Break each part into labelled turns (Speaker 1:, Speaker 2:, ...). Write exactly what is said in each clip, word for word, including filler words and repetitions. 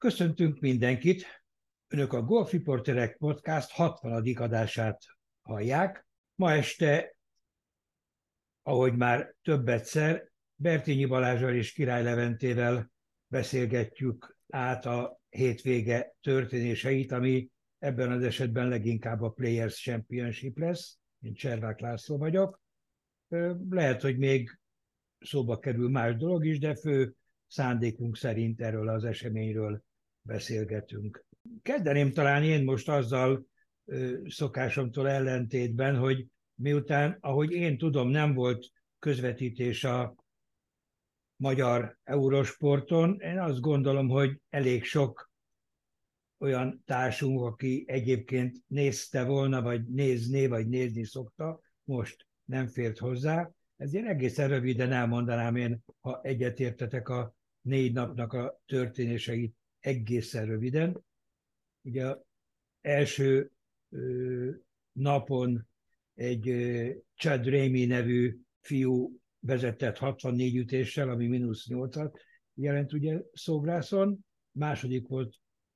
Speaker 1: Köszöntünk mindenkit! Önök a Golf Reporterek Podcast hatvanadik adását hallják. Ma este, ahogy már több egyszer, Bertényi Balázsral és Király Leventével beszélgetjük át a hétvége történéseit, ami ebben az esetben leginkább a Players Championship lesz. Én Cservák László vagyok. Lehet, hogy még szóba kerül más dolog is, de fő szándékunk szerint erről az eseményről beszélgetünk. Kezdeném talán én most azzal szokásomtól ellentétben, hogy miután, ahogy én tudom, nem volt közvetítés a magyar Eurosporton, én azt gondolom, hogy elég sok olyan társunk, aki egyébként nézte volna, vagy nézné, vagy nézni szokta, most nem fért hozzá. Ezért egészen röviden elmondanám én, ha egyetértetek, a négy napnak a történéseit egészen röviden. Ugye az első ö, napon egy ö, Chad Ramey nevű fiú vezetett hatvannégy ütéssel, ami mínusz nyolcat jelent ugye Szógrászon. Második volt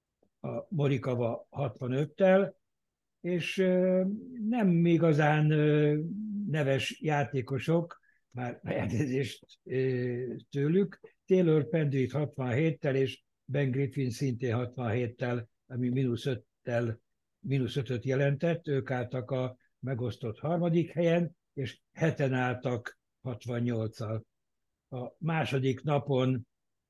Speaker 1: a Morikawa hatvanöttel, és ö, nem igazán ö, neves játékosok, már elnézést ö, tőlük. Taylor Pendrit hatvanhéttel, és Ben Griffin szintén hatvanhéttel, ami mínusz öttel, mínusz ötöt jelentett. Ők álltak a megosztott harmadik helyen, és heten álltak hatvannyolccal. A második napon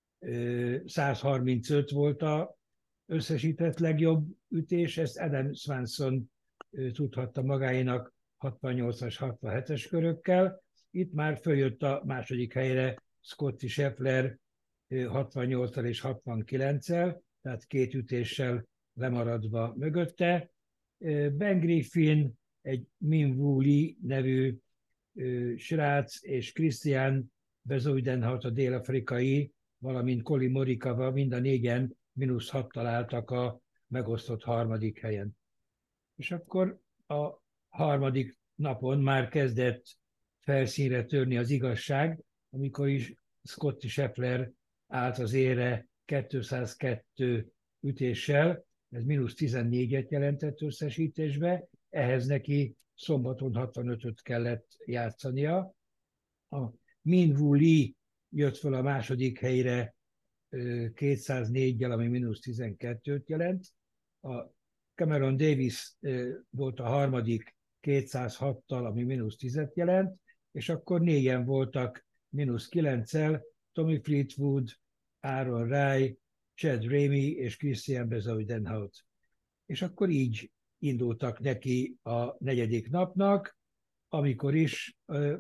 Speaker 1: ö, száz harmincöt volt a összesített legjobb ütés, ezt Adam Swanson ö, tudhatta magáénak hatvannyolcas, hatvanhetes körökkel. Itt már följött a második helyre Scottie Scheffler hatvannyolccal és hatvankilenccel, tehát két ütéssel lemaradva mögötte. Ben Griffin, egy Min Woo Lee nevű srác, és Christian Bezuidenhout, a dél-afrikai, valamint Collin Morikawa, mind a négyen mínusz hattal álltak a megosztott harmadik helyen. És akkor a harmadik napon már kezdett felszínre törni az igazság, amikor is Scottie Scheffler állt az ére kétszázkettő ütéssel, ez mínusz tizennégyet jelentett összesítésbe, ehhez neki szombaton hatvanötöt kellett játszania. A Min Woo Lee jött fel a második helyre kétszáznégyel, ami mínusz tizenkettőt jelent. A Cameron Davis volt a harmadik kétszázhattal, ami mínusz tízet jelent, és akkor négyen voltak mínusz kilenccel, Tommy Fleetwood, Aaron Rai, Chad Ramey és Christian Bezuidenhout. És akkor így indultak neki a negyedik napnak, amikor is uh,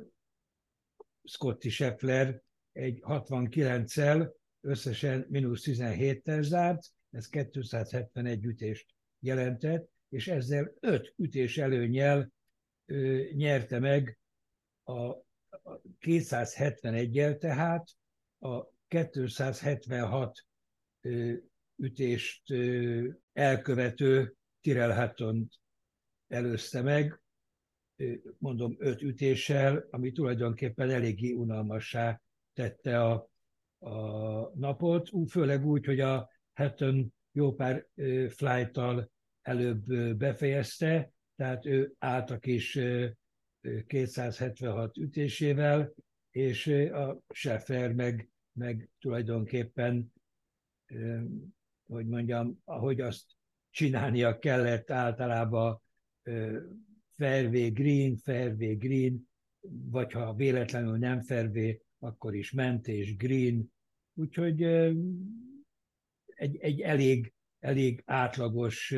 Speaker 1: Scottie Scheffler egy hatvankilenccel összesen mínusz tizenhéttel zárt, ez kétszázhetvenegy ütést jelentett, és ezzel öt ütés előnnyel ö, nyerte meg a, a kétszázhetvenegyel, tehát a kétszázhetvenhat ö, ütést ö, elkövető Tyrrell Hatton előzte meg, ö, mondom öt ütéssel, ami tulajdonképpen eléggé unalmassá tette a a napot, főleg úgy, hogy a Hatton jó pár flight-tal előbb befejezte, tehát ő álltak is kétszázhetvenhat ütésével, és a Scheffler meg, meg tulajdonképpen, hogy mondjam, ahogy azt csinálnia kellett általában fairway green, fairway green, vagy ha véletlenül nem fairway, akkor is ment és green, úgyhogy egy, egy elég, elég átlagos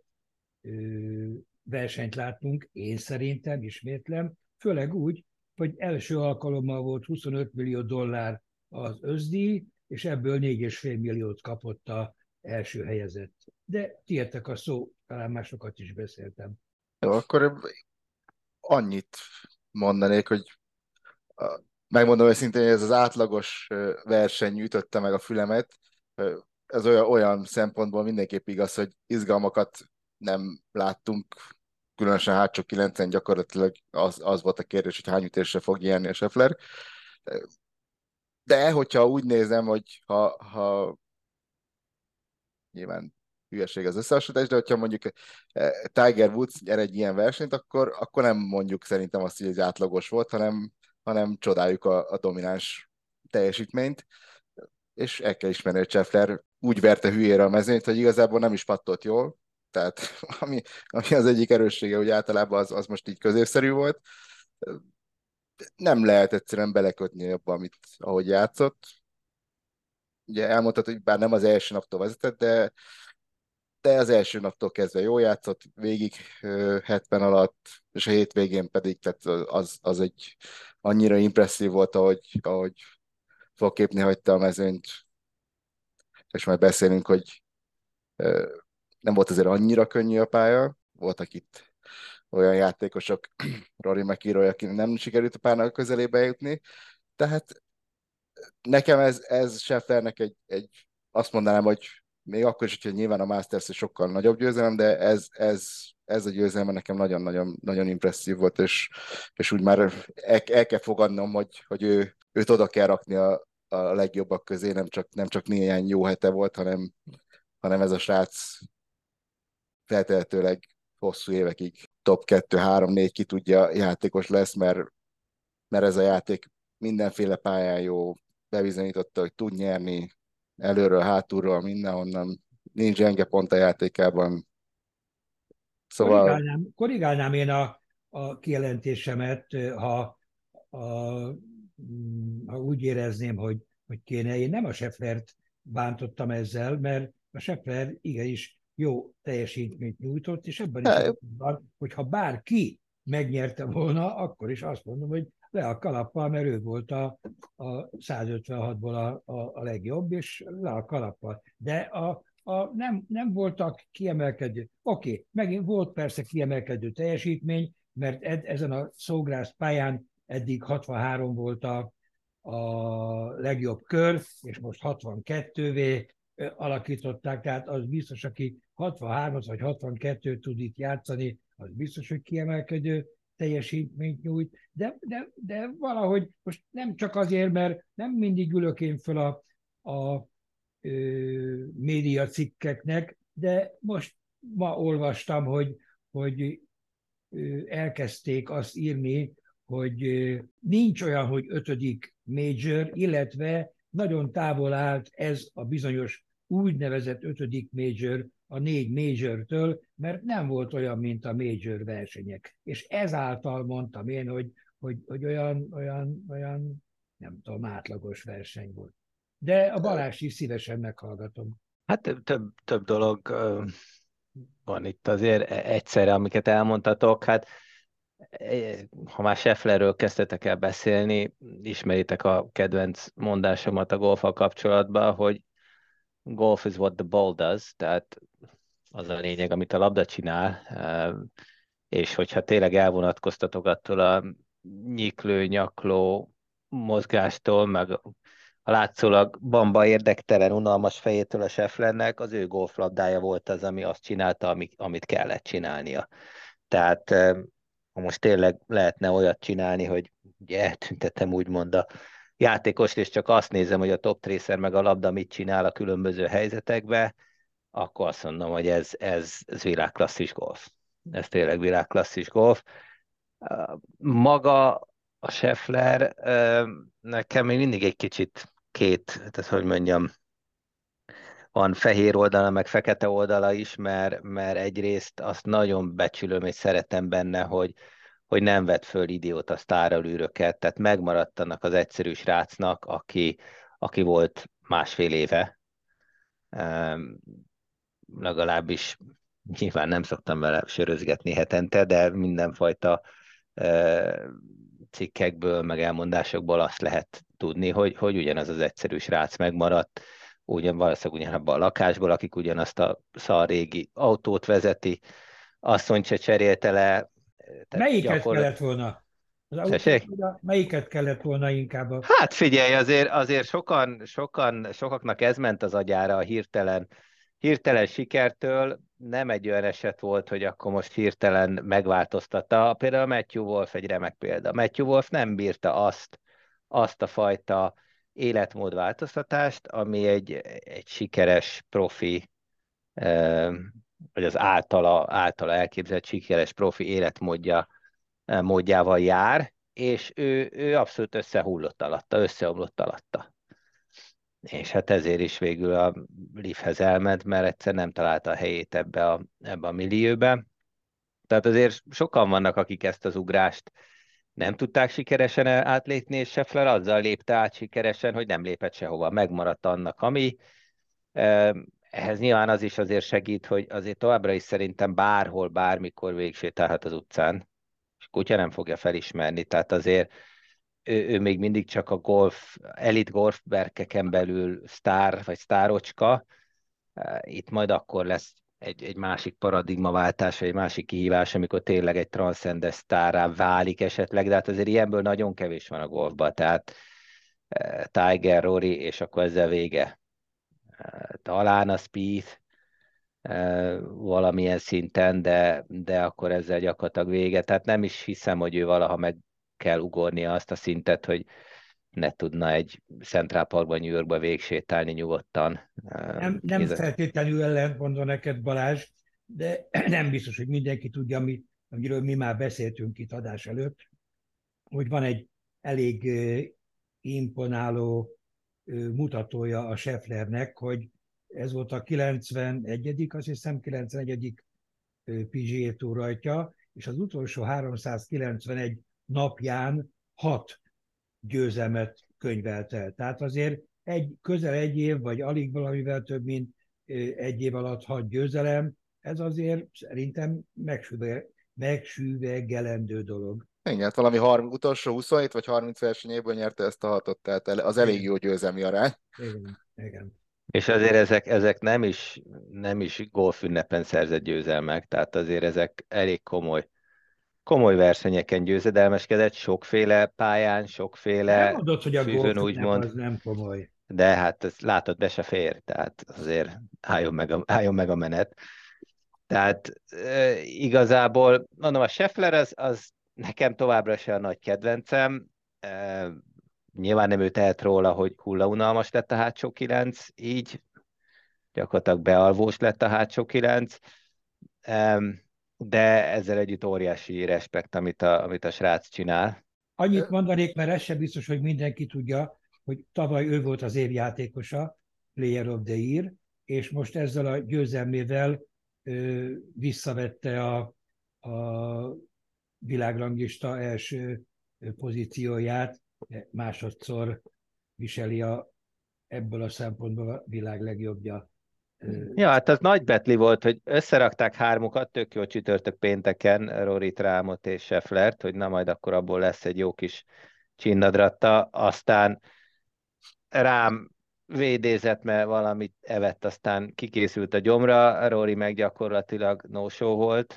Speaker 1: versenyt láttunk, én szerintem, ismétlem, főleg úgy, hogy első alkalommal volt huszonöt millió dollár az összdíj, és ebből négy és fél milliót kapott az első helyezett. De tiétek a szó, talán másokat is beszéltem.
Speaker 2: Jó, akkor annyit mondanék, hogy megmondom őszintén, hogy ez az átlagos verseny ütötte meg a fülemet. Ez olyan, olyan szempontból mindenképp igaz, hogy izgalmakat nem láttunk, különösen hátsó kilencen gyakorlatilag az, az volt a kérdés, hogy hány ütésre fog nyerni a Scheffler. De hogyha úgy nézem, hogy ha, ha nyilván hülyeség az összehasonlítás, de hogyha mondjuk eh, Tiger Woods nyer egy ilyen versenyt, akkor, akkor nem mondjuk szerintem azt, hogy ez átlagos volt, hanem, hanem csodáljuk a, a domináns teljesítményt, és el kell ismerni, hogy Scheffler úgy verte hülyére a mezőnyt, hogy igazából nem is pattott jól, tehát ami, ami az egyik erőssége, hogy általában az, az most így középszerű volt. Nem lehet egyszerűen belekötni abba, amit, ahogy játszott. Ugye elmondtad, hogy bár nem az első naptól vezetett, de, de az első naptól kezdve jól játszott, végig ö, hetven alatt, és a hétvégén pedig, tehát az, az egy annyira impresszív volt, ahogy, ahogy fogképni hagyta a mezőnyt, és majd beszélünk, hogy ö, nem volt azért annyira könnyű a pálya, voltak itt olyan játékosok, Rory McIlroy, aki nem sikerült a párnak közelébe jutni, tehát nekem ez, ez Schefflernek egy, egy, azt mondanám, hogy még akkor is, hogy nyilván a Masters egy sokkal nagyobb győzelem, de ez, ez, ez a győzelem nekem nagyon-nagyon nagyon impresszív volt, és, és úgy már el, el kell fogadnom, hogy, hogy ő, őt oda kell rakni a, a legjobbak közé, nem csak, nem csak néhány jó hete volt, hanem, hanem ez a srác feltehetőleg hosszú évekig top kettő, három, négy ki tudja játékos lesz, mert, mert ez a játék mindenféle pályán jó, bebizonyította, hogy tud nyerni előről, hátulról, mindenhonnan, nincs gyenge pont a játékában. Szóval
Speaker 1: Korrigálnám, korrigálnám én a, a kijelentésemet, ha, a, ha úgy érezném, hogy, hogy kéne. Én nem a Schefflert bántottam ezzel, mert a Scheffler igenis jó teljesítményt nyújtott, és ebben is
Speaker 2: hát,
Speaker 1: igazad van, hogy ha bárki megnyerte volna, akkor is azt mondom, hogy le a kalappal, mert ő volt a, a száz ötvenhatból a, a, a legjobb, és le a kalappal. De a, a, nem, nem voltak kiemelkedő. Oké, okay, megint volt persze kiemelkedő teljesítmény, mert ed, ezen a Sawgrass pályán eddig hatvanhárom volt a, a legjobb kör, és most hatvankettővé alakították, tehát az biztos, aki hatvanhármat vagy hatvankettőt tud itt játszani, az biztos, hogy kiemelkedő teljesítményt nyújt, de, de, de valahogy most nem csak azért, mert nem mindig ülök én föl a, a ö, médiacikkeknek, de most ma olvastam, hogy, hogy ö, elkezdték azt írni, hogy ö, nincs olyan, hogy ötödik major, illetve nagyon távol állt ez a bizonyos úgynevezett ötödik major a négy major-től, mert nem volt olyan, mint a major versenyek. És ezáltal mondtam én, hogy, hogy, hogy olyan, olyan, olyan, nem tudom, átlagos verseny volt. De a Balázs is szívesen meghallgatom.
Speaker 3: Hát több, több, több dolog ö, van itt azért e- egyszerre, amiket elmondtatok. Hát e, ha már Schefflerről kezdtetek el beszélni, ismeritek a kedvenc mondásomat a golfal kapcsolatban, hogy golf is what the ball does, tehát az a lényeg, amit a labda csinál, e, és hogyha tényleg elvonatkoztatok attól a nyiklő, nyakló mozgástól, meg a látszólag bamba érdektelen, unalmas fejétől a Schefflernek, az ő golflabdája volt az, ami azt csinálta, amit, amit kellett csinálnia. Tehát ha most tényleg lehetne olyat csinálni, hogy ugye eltüntetem úgymond a játékost, és csak azt nézem, hogy a top tracer meg a labda mit csinál a különböző helyzetekben, akkor azt mondom, hogy ez, ez, ez világklasszis golf. Ez tényleg világklasszis golf. Maga a Scheffler nekem még mindig egy kicsit két, tehát hogy mondjam, van fehér oldala, meg fekete oldala is, mert, mert egyrészt azt nagyon becsülöm és szeretem benne, hogy, hogy nem vett föl idióta sztáralűröket, tehát megmaradt annak az egyszerű srácnak, aki, aki volt másfél éve. Um, legalábbis nyilván nem szoktam vele sörözgetni hetente, de mindenfajta uh, cikkekből, meg elmondásokból azt lehet tudni, hogy, hogy ugyanaz az egyszerű srác megmaradt, ugyan valószínűleg ugyanabban a lakásból, akik ugyanazt a szar régi autót vezeti, asszonyt se cserélte le, tehát
Speaker 1: Melyiket
Speaker 3: gyakorlatilag...
Speaker 1: kellett volna? Az autó,
Speaker 3: Tessék?
Speaker 1: melyiket kellett volna inkább? A...
Speaker 3: Hát figyelj, azért, azért sokan, sokan, sokaknak ez ment az agyára a hirtelen, hirtelen sikertől. Nem egy olyan eset volt, hogy akkor most hirtelen megváltoztatta. Például Matthew Wolff egy remek példa. Matthew Wolff nem bírta azt, azt a fajta életmódváltoztatást, ami egy, egy sikeres profi vagy az általa, általa elképzelt sikeres profi életmódja módjával jár, és ő, ő abszolút összehullott alatta, összeomlott alatta. És hát ezért is végül a Leafhez elment, mert egyszer nem találta a helyét ebbe a, ebbe a millióbe. Tehát azért sokan vannak, akik ezt az ugrást nem tudták sikeresen átlépni, és Scheffler azzal lépte át sikeresen, hogy nem lépett sehova, megmaradt annak, ami. Ehhez nyilván az is azért segít, hogy azért továbbra is szerintem bárhol, bármikor végigsétálhat az utcán, és kutya nem fogja felismerni, tehát azért ő, ő még mindig csak a golf, elit golfberkeken belül sztár, vagy sztárocska. Itt majd akkor lesz egy, egy másik paradigmaváltás, vagy egy másik kihívás, amikor tényleg egy transzcendes sztárrá válik esetleg, de hát azért ilyenből nagyon kevés van a golfban, tehát Tiger, Rory, és akkor ezzel vége. Talán a Spieth valamilyen szinten, de, de akkor ezzel gyakorlatilag vége. Tehát nem is hiszem, hogy ő valaha meg kell ugornia azt a szintet, hogy ne tudna egy Central Parkban, New Yorkba végsétálni nyugodtan.
Speaker 1: Nem, nem feltétlenül ellentmondva neked, Balázs, de nem biztos, hogy mindenki tudja, ami, amiről mi már beszéltünk itt adás előtt, hogy van egy elég imponáló mutatója a Schefflernek, hogy ez volt a kilencvenegyedik azt hiszem kilencvenegyedik pé gé á Tour rajtja, és az utolsó háromszázkilencvenegy napján hat győzelmet könyvelt el. Tehát azért egy, közel egy év, vagy alig valamivel több, mint egy év alatt hat győzelem, ez azért szerintem megsüve, megsüvegelendő dolog.
Speaker 2: Igen, hát valami harminc, utolsó huszonhét vagy harminc versenyéből nyerte ezt a hatot, tehát az elég jó győzelmi arány.
Speaker 1: Igen, igen.
Speaker 3: És azért ezek, ezek nem is, nem is golfünnepen szerzett győzelmek, tehát azért ezek elég komoly, komoly versenyeken győzedelmeskedett, sokféle pályán,
Speaker 1: Nem
Speaker 3: sokféle
Speaker 1: mondod, hogy a
Speaker 3: füvön
Speaker 1: golfünnep
Speaker 3: úgymond,
Speaker 1: az nem komoly.
Speaker 3: de hát ezt látod, be se fér, tehát azért álljon meg a, álljon meg a menet. Tehát e, igazából, mondom, a Scheffler az, az nekem továbbra se a nagy kedvencem. E, nyilván nem ő tehet róla, hogy hullaunalmas lett a hátsó kilenc, így gyakorlatilag bealvós lett a hátsó kilenc, e, de ezzel együtt óriási respekt, amit a, amit a srác csinál.
Speaker 1: Annyit mondanék, mert ez sem biztos, hogy mindenki tudja, hogy tavaly ő volt az év játékosa, Player of the Year, és most ezzel a győzelmével ö, visszavette a, a világranglista első pozícióját, másodszor viseli a, ebből a szempontból a világ legjobbja.
Speaker 3: Ja, hát az nagy betli volt, hogy összerakták hármukat, tök jó csütörtök pénteken, Roryt, Rámot és Schefflert, hogy na majd akkor abból lesz egy jó kis csinnadratta, aztán Rám védézett, mert valamit evett, aztán kikészült a gyomra, Rory meg gyakorlatilag no-show volt,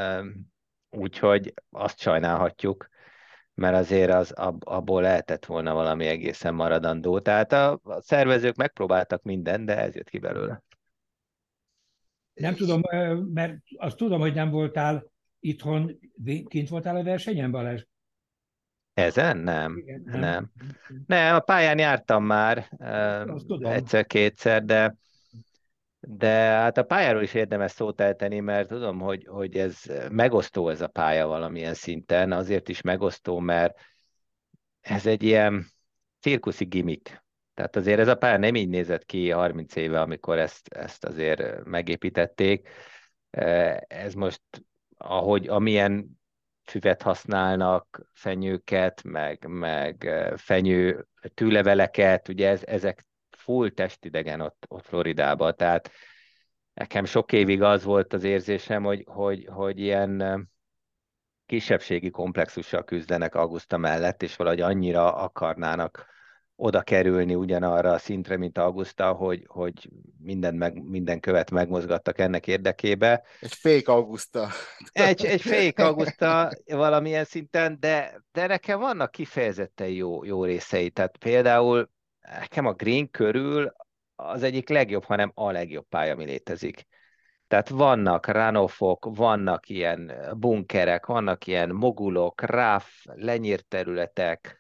Speaker 3: úgyhogy azt sajnálhatjuk, mert azért az, abból lehetett volna valami egészen maradandó. Tehát a, a szervezők megpróbáltak mindent, de ez jött ki belőle.
Speaker 1: Nem tudom, mert azt tudom, hogy nem voltál itthon, kint voltál a versenyen, Balázs?
Speaker 3: Ezen? Nem.
Speaker 1: Igen,
Speaker 3: nem.
Speaker 1: nem.
Speaker 3: Nem, a pályán jártam már egyszer-kétszer, de de hát a pályáról is érdemes szót ejteni, mert tudom, hogy, hogy ez megosztó ez a pálya valamilyen szinten, azért is megosztó, mert ez egy ilyen cirkuszi gimmick. Tehát azért ez a pálya nem így nézett ki harminc éve, amikor ezt, ezt azért megépítették. Ez most, ahogy amilyen füvet használnak, fenyőket, meg, meg fenyő tűleveleket, ugye ez, ezek full testidegen ott, ott Floridában, tehát nekem sok évig az volt az érzésem, hogy, hogy, hogy ilyen kisebbségi komplexussal küzdenek Augusta mellett, és valahogy annyira akarnának oda kerülni ugyanarra a szintre, mint Augusta, hogy, hogy minden, meg, minden követ megmozgattak ennek érdekébe.
Speaker 2: Egy fake Augusta.
Speaker 3: Egy, egy fake Augusta valamilyen szinten, de, de nekem vannak kifejezetten jó, jó részei. Tehát például nekem a Green körül az egyik legjobb, hanem a legjobb pálya, ami létezik. Tehát vannak runoffok, vannak ilyen bunkerek, vannak ilyen mogulok, ráf, lenyírt területek,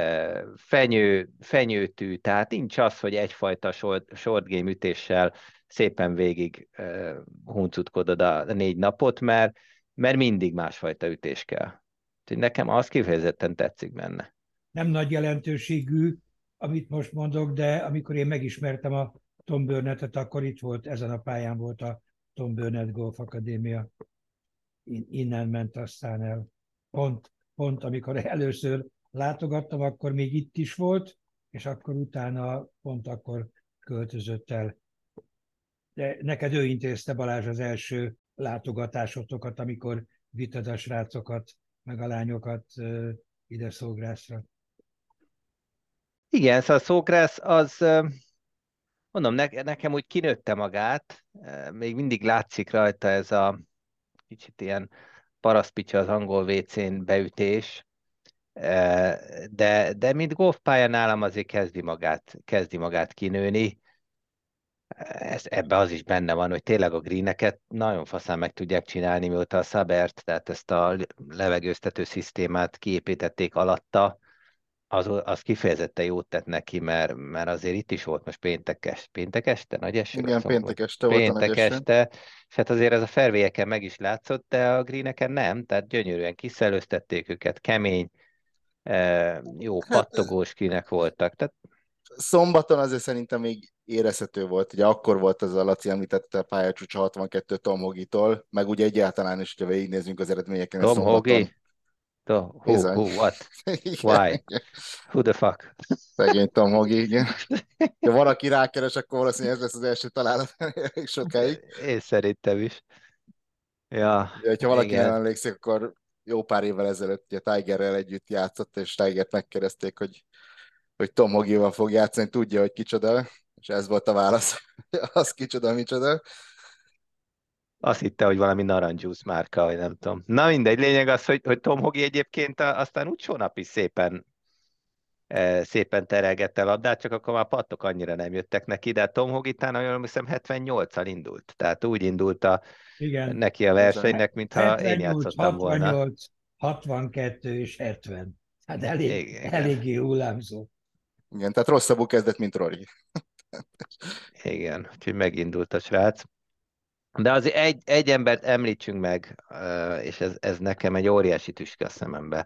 Speaker 3: fenyő, fenyőtű, tehát nincs az, hogy egyfajta short, short game ütéssel szépen végig uh, huncutkodod a négy napot, mert, mert mindig másfajta ütés kell. Úgyhogy nekem az kifejezetten tetszik benne.
Speaker 1: Nem nagy jelentőségű, amit most mondok, de amikor én megismertem a Tom Burnettet, akkor itt volt, ezen a pályán volt a Tom Burnett Golf Akadémia. Innen ment aztán el. Pont, pont amikor először látogattam, akkor még itt is volt, és akkor utána pont akkor költözött el. De neked ő intézte, Balázs, az első látogatásotokat, amikor vitted a srácokat, meg a lányokat ide Szógrászra.
Speaker 3: Igen, szóval a Szógrász az, mondom, ne, nekem úgy kinőtte magát, még mindig látszik rajta ez a kicsit ilyen parasztpicsa az angol vécén beütés, de, de mint golfpálya nálam azért kezdi magát, kezdi magát kinőni. Ez, ebbe az is benne van, hogy tényleg a greeneket nagyon faszán meg tudják csinálni, mióta a Szabert, tehát ezt a levegőztető szisztémát kiépítették alatta, az, az kifejezetten jót tett neki, mert, mert azért itt is volt most péntek, est, péntek este, nagy eső?
Speaker 2: Igen, péntek este volt a nagy
Speaker 3: Péntek
Speaker 2: eső.
Speaker 3: este, és hát azért ez a fairwayeken meg is látszott, de a greeneken nem, tehát gyönyörűen kiszellőztették őket, kemény, jó
Speaker 2: Hát,
Speaker 3: pattogós greenek voltak, tehát
Speaker 2: szombaton azért szerintem még érezhető volt. Ugye akkor volt ez a Laci említette a pályacsúcs hatvankettő Tom Hogie-tól, meg ugye egyáltalán is, hogyha végignézzünk az eredményeken,
Speaker 3: Tom
Speaker 2: szombaton.
Speaker 3: Hogie? Who,
Speaker 2: Bizony.
Speaker 3: who, what?
Speaker 2: Igen,
Speaker 3: Why?
Speaker 2: igen.
Speaker 3: Who the fuck?
Speaker 2: Szegény Tom Hogie, igen. Ha valaki rákeres, akkor valószínűleg ez lesz az első találat elég sokáig.
Speaker 3: Én szerintem is. Ja,
Speaker 2: Ugye, ha valaki nem
Speaker 3: igen.
Speaker 2: emlékszik, akkor jó pár évvel ezelőtt ugye Tigerrel együtt játszott, és Tigert megkérdezték, hogy, hogy Tom Hogie-val fog játszani, tudja, hogy kicsoda, és ez volt a válasz. Az kicsoda, micsoda.
Speaker 3: Azt hitte, hogy valami narancsjuice márka, vagy nem tudom. Na mindegy, lényeg az, hogy, hogy Tom Hogie egyébként a, aztán úgy sónap is szépen, e, szépen terelgette a labdát, csak akkor már pattok annyira nem jöttek neki, de Tom Hogie talán olyan hiszem hetvennyolccal indult. Tehát úgy indult a,
Speaker 1: Igen.
Speaker 3: neki a versenynek, mintha én
Speaker 1: hetvennyolc,
Speaker 3: játszottam volna.
Speaker 1: hatvannyolc, hatvankettő és hetven. Hát elég,
Speaker 3: Igen,
Speaker 1: eléggé hullámzó.
Speaker 2: Igen, tehát rosszabbul kezdett, mint Rory.
Speaker 3: igen, úgyhogy megindult a srác. De az egy, egy embert említsünk meg, és ez, ez nekem egy óriási tüske a szemembe.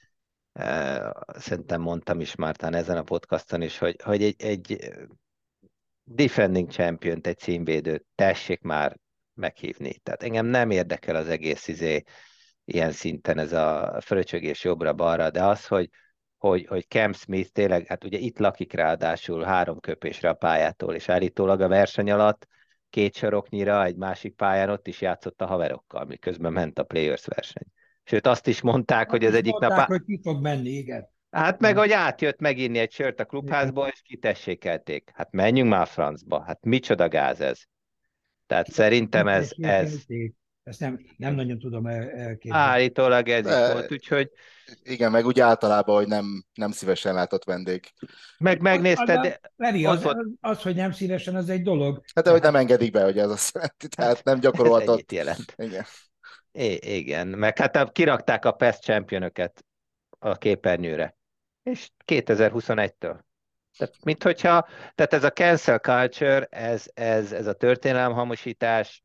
Speaker 3: Szerintem mondtam is már talán ezen a podcaston is, hogy, hogy egy, egy defending champion, egy címvédőt tessék már meghívni. Tehát engem nem érdekel az egész izé, ilyen szinten ez a fröcsögés jobbra-balra, de az, hogy, hogy, hogy Cam Smith tényleg, hát ugye itt lakik ráadásul három köpésre a pályától, és állítólag a verseny alatt két saroknyira egy másik pályán ott is játszott a haverokkal, miközben ment a Players verseny. Sőt, azt is mondták,
Speaker 1: Azt
Speaker 3: hogy az
Speaker 1: is
Speaker 3: egyik nap...
Speaker 1: mondták, hogy ki fog menni, igen.
Speaker 3: Hát meg, hogy átjött meginni egy sört a klubházba, és kitessékelték. Hát menjünk már a francba. Hát micsoda gáz ez. Tehát szerintem ez... ez
Speaker 1: Ezt nem, nem nagyon tudom el, elképzelni.
Speaker 3: állítólag ez is
Speaker 2: De,
Speaker 3: volt, úgyhogy...
Speaker 2: igen, meg úgy általában, hogy nem, nem szívesen látott vendég.
Speaker 3: Meg megnézted, de
Speaker 1: Feri,
Speaker 3: ott
Speaker 1: az,
Speaker 3: volt...
Speaker 1: az, az, hogy nem szívesen, az egy dolog.
Speaker 2: Hát de hogy nem engedik be, hogy ez azt jelenti, tehát
Speaker 3: Hát,
Speaker 2: nem
Speaker 3: ez
Speaker 2: gyakorolhatott.
Speaker 3: ennyit jelent.
Speaker 2: Igen.
Speaker 3: I- igen, meg hát a- kirakták a past championöket a képernyőre. És kétezer-huszonegytől. Tehát, mint hogyha, tehát ez a cancel culture, ez, ez, ez a történelemhamosítás,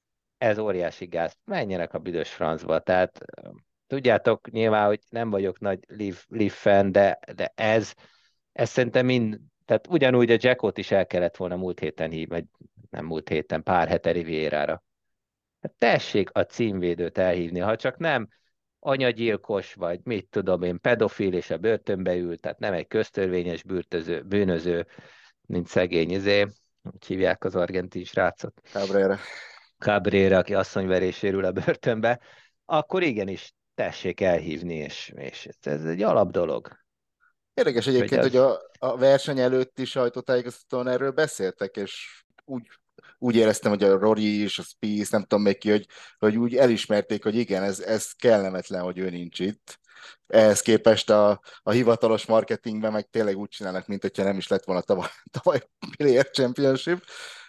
Speaker 3: ez óriási gáz. Menjenek a büdös francba. Tehát tudjátok nyilván, hogy nem vagyok nagy Leaf, Leaf fan, de, de ez, ez szerintem mind, tehát ugyanúgy a Jackot is el kellett volna múlt héten hívni, vagy nem múlt héten, pár hete Riviérára. Hát tessék a címvédőt elhívni, ha csak nem anyagyilkos, vagy mit tudom én, pedofil és a börtönbe ül, tehát nem egy köztörvényes bűnöző, bűnöző, mint szegény izé, hogy hívják az argentin srácot.
Speaker 2: Cabrera.
Speaker 3: Cabrera, aki asszonyverésért ül a börtönbe, akkor igenis tessék elhívni, és, és ez egy alap dolog.
Speaker 2: Érdekes
Speaker 3: Hogy
Speaker 2: egyébként,
Speaker 3: az...
Speaker 2: hogy a, a verseny előtti sajtótájékoztatón erről beszéltek, és úgy, úgy éreztem, hogy a Rory és a Spieth, nem tudom még ki, hogy, hogy úgy elismerték, hogy igen, ez, ez kellemetlen, hogy ő nincs itt. Ehhez képest a, a hivatalos marketingben meg tényleg úgy csinálnak, mint hogyha nem is lett volna tavaly, tavaly Player Championship.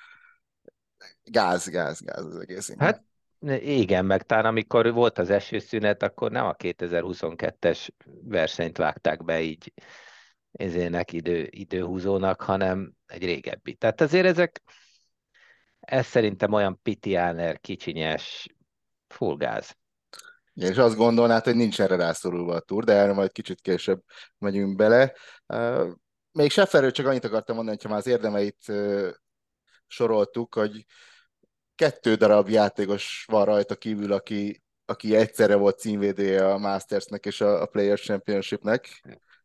Speaker 2: Gáz, gáz, gáz az egész. Igen.
Speaker 3: Hát igen, meg talán amikor volt az esőszünet, akkor nem a kétezer-huszonkettes versenyt vágták be így ezének idő, időhúzónak, hanem egy régebbi. Tehát azért ezek, Ez szerintem olyan pitiáner, kicsinyes, full gáz.
Speaker 2: És azt gondolnád, hogy nincs erre rászorulva a túr, de erre majd kicsit később megyünk bele. Uh, Még Schefflerről csak annyit akartam mondani, hogyha már az érdemeit uh, soroltuk, hogy kettő darab játékos van rajta kívül, aki, aki egyszerre volt címvédője a Mastersnek és a, a Players Championshipnek.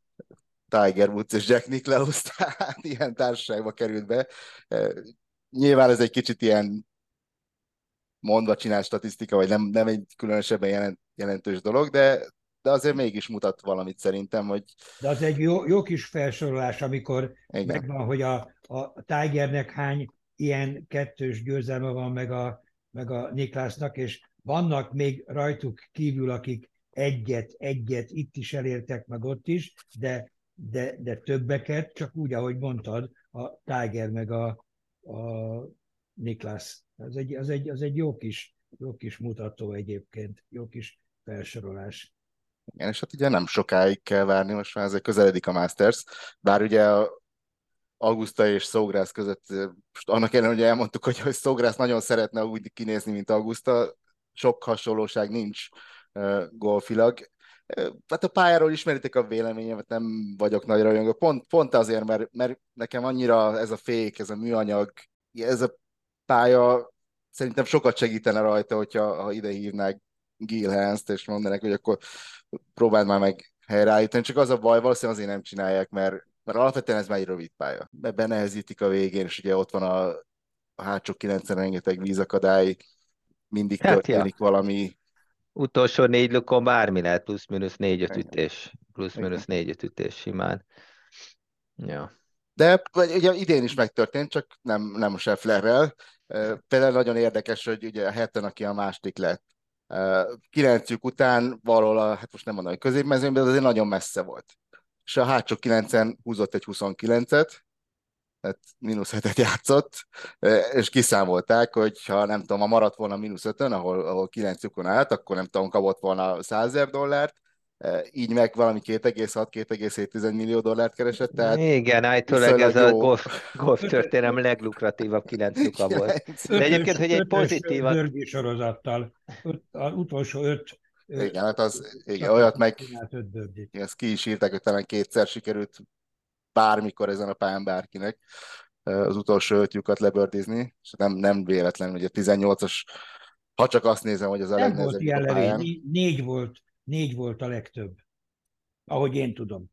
Speaker 2: Tiger Woods és Jack Nicklaus, tehát ilyen társaságba került be. Uh, Nyilván ez egy kicsit ilyen mondva csinált statisztika, vagy nem, nem egy különösebben jelent, jelentős dolog, de, de azért mégis mutat valamit szerintem, hogy
Speaker 1: De az egy jó, jó kis felsorolás, amikor
Speaker 2: igen.
Speaker 1: megvan, hogy a, a Tigernek hány ilyen kettős győzelme van, meg a, meg a Niklasnak, és vannak még rajtuk kívül, akik egyet, egyet itt is elértek, meg ott is, de, de, de többeket, csak úgy, ahogy mondtad, a Tiger meg a, a Niklas. Az egy, az, egy, az egy jó kis, jó kis mutató egyébként, jó kis felsorolás.
Speaker 2: Igen, és hát ugye nem sokáig kell várni, most már ezek közeledik a Masters, bár ugye a Augusta és Sawgrass között, most annak ellenére, hogy elmondtuk, hogy, hogy Sawgrass nagyon szeretne úgy kinézni, mint Augusta, sok hasonlóság nincs uh, golfilag. Uh, hát a pályáról ismeritek a véleményemet, nem vagyok nagy rajongó, pont, pont azért, mert, mert nekem annyira ez a fék, ez a műanyag, ez a pálya szerintem sokat segítene rajta, hogyha ha ide hívnák Gil Hanst, és mondanak, hogy akkor próbáld már meg helyreállítani. Csak az a baj, valószínűleg azért nem csinálják, mert, mert alapvetően ez már egy rövid pálya. Benehezítik a végén, és ugye ott van a, a hátsó kilencen rengeteg vízakadály, mindig
Speaker 3: Hát ja,
Speaker 2: történik valami.
Speaker 3: utolsó négy lukon bármi lehet, plusz-minusz négy-öt
Speaker 2: Igen.
Speaker 3: ütés. Plusz-minusz négy-öt ütés simán. Ja.
Speaker 2: De ugye idén is megtörtént, csak nem, nem a Schefflerrel. Például nagyon érdekes, hogy ugye a Hatton, aki a második lett, kilencük után valahol, a, hát most nem mondom, hogy középmezőnyben, de azért nagyon messze volt. És a hátsó kilencen húzott egy huszonkilencet, tehát mínusz hetet játszott, és kiszámolták, hogy ha nem tudom, ha maradt volna mínusz ötön, ahol, ahol kilenc lyukon állt, akkor nem tudom, kapott volna százezer dollárt, így meg valami két egész hat két egész hét millió dollárt keresett, tehát
Speaker 3: Igen, állítólag ez
Speaker 2: viszonylag
Speaker 3: a
Speaker 2: jó.
Speaker 3: golf, golf történelem leglukratívabb kilenc luka volt.
Speaker 2: kilenc.
Speaker 3: De
Speaker 1: Ötös,
Speaker 3: egyébként, hogy egy
Speaker 1: ötös
Speaker 3: pozitívat,
Speaker 1: bőrgi sorozattal. Öt, az utolsó öt ö,
Speaker 2: Igen, hát az, igen, olyat
Speaker 1: csapatnak
Speaker 2: meg,
Speaker 1: csinált öt bőrgit.
Speaker 2: ezt ki is írták, hogy talán kétszer sikerült bármikor ezen a pályán bárkinek az utolsó öt lyukat lebördizni, és nem, nem véletlen, hogy a tizennyolcas, ha csak azt nézem, hogy az a
Speaker 1: Nem volt
Speaker 2: legnehezebb lyuk a
Speaker 1: ilyen levél,
Speaker 2: pályán.
Speaker 1: Né- négy volt, négy volt a legtöbb, ahogy én tudom.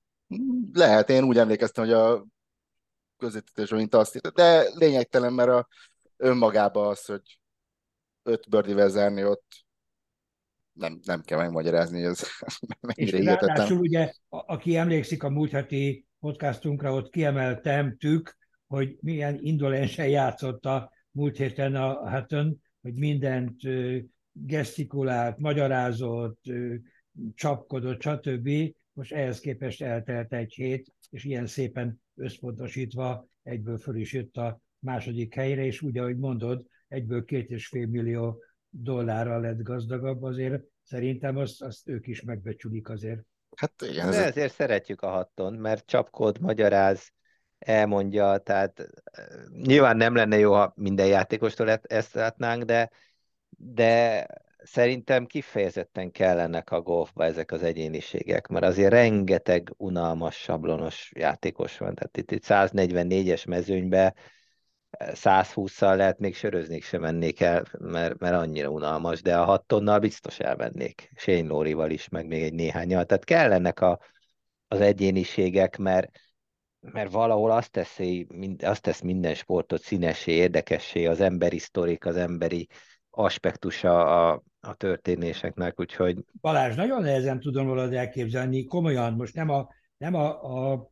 Speaker 2: Lehet, én úgy emlékeztem, hogy a közvetítésben, mint azt írta, de lényegtelen, mert a, önmagában az, hogy öt birdivel zárni ott nem, nem kell megmagyarázni, hogy ez
Speaker 1: És
Speaker 2: mennyire hihetetlen.
Speaker 1: ráadásul ugye, a- aki emlékszik a múlt heti podcastunkra, ott kiemeltemtük, hogy milyen indolensen játszott a múlt héten a Hatton, hogy mindent ö, gesztikulált, magyarázott, ö, csapkodott, stb. Most ehhez képest eltelt egy hét, és ilyen szépen összpontosítva egyből föl is jött a második helyre, és úgy, ahogy mondod, egyből két és fél millió dollárral lett gazdagabb, azért szerintem azt, azt ők is megbecsülik azért.
Speaker 2: Hát igen, ez
Speaker 3: de
Speaker 2: egy,
Speaker 3: ezért szeretjük a hatton, mert csapkod, magyaráz, elmondja, tehát eh, nyilván nem lenne jó, ha minden játékostól e- ezt látnánk, de, de szerintem kifejezetten kellenek a golfba ezek az egyéniségek, mert azért rengeteg unalmas, sablonos játékos van, tehát itt, itt száznegyvennégyes mezőnybe százhússzal lehet, még söröznék sem mennék el, mert, mert annyira unalmas, de a hat tonnal biztos elmennék. Shane Lowry-val is, meg még egy néhányal. Tehát kellenek a, az egyéniségek, mert, mert valahol azt, teszi, mind, azt tesz minden sportot színessé, érdekessé, az emberi sztorik, az emberi aspektusa a, a történéseknek, úgyhogy
Speaker 1: Balázs, nagyon nehezen tudom valad elképzelni, komolyan, most nem a, nem a, a,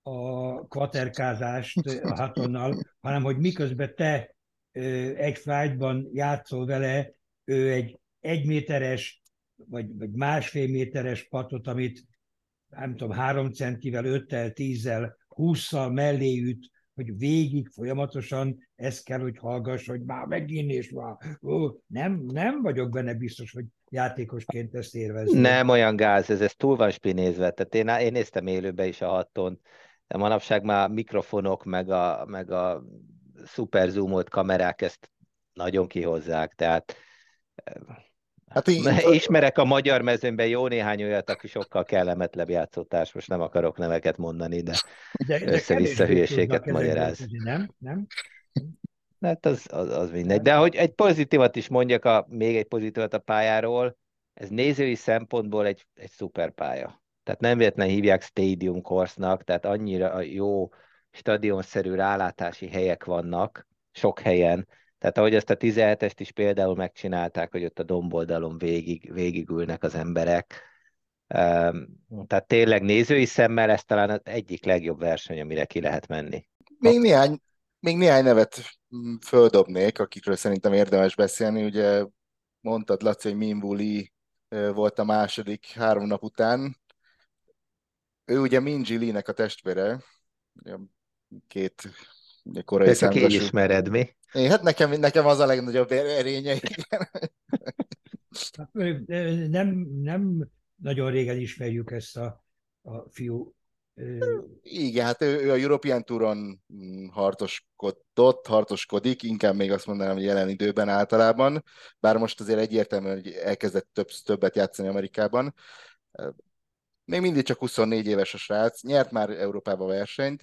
Speaker 1: a kvaterkázást a Hattonnal, hanem hogy miközben te ö, egy flightban játszol vele, ő egy egyméteres, vagy, vagy másfél méteres patot, amit nem tudom, három centivel, öttel, tízzel, hússzal mellé üt, hogy végig folyamatosan ezt kell, hogy hallgass, hogy már megint és már. Ó, nem, nem vagyok benne biztos, hogy játékosként ezt élvezné.
Speaker 3: nem olyan gáz, ez, ez túl van spinézve. Tehát én, én néztem élőbe is a hatton, de manapság már mikrofonok, meg a, meg a szuper zoomolt kamerák ezt nagyon kihozzák, tehát
Speaker 2: Hát így,
Speaker 3: ismerek a magyar mezőnyben jó néhány olyat, aki sokkal kellemetlenebb játszótárs, most nem akarok neveket mondani, de
Speaker 1: De, de
Speaker 3: össze-vissza
Speaker 1: kevésbé
Speaker 3: hülyeséget
Speaker 1: tudnak ezekből
Speaker 3: magyaráz.
Speaker 1: tudni, nem? Nem?
Speaker 3: Hát az, az, az mindegy. De hogy egy pozitívat is mondjak, a, még egy pozitívat a pályáról, ez nézői szempontból egy, egy szuper pálya. Tehát nem véletlen hívják Stadium Course-nak, tehát annyira jó stadionszerű rálátási helyek vannak, sok helyen. Tehát ahogy ezt a tizenhetest is például megcsinálták, hogy ott a domboldalon végig, végigülnek az emberek. Um, tehát tényleg nézői szemmel ez talán az egyik legjobb verseny, amire ki lehet menni.
Speaker 2: még néhány, még néhány nevet mm, földobnék, akikről szerintem érdemes beszélni. Ugye mondtad, Laci, hogy Min Woo Lee ö, volt a második három nap után. Ő ugye Min Ji Lee-nek a testvére, ugye két ugye korai
Speaker 3: Te csak így
Speaker 2: származású.
Speaker 3: ismered, mi?
Speaker 2: Én, hát nekem, nekem az a legnagyobb erénye, igen.
Speaker 1: Hát, ö, ö, Nem, nem nagyon régen ismerjük ezt a, a fiú. ö,
Speaker 2: Igen, hát ő, ő a European Touron mm, harcoskodott, harcoskodik, inkább még azt mondanám, hogy jelen időben általában, bár most azért egyértelműen hogy elkezdett több, többet játszani Amerikában. Még mindig csak huszonnégy éves a srác, nyert már Európába versenyt,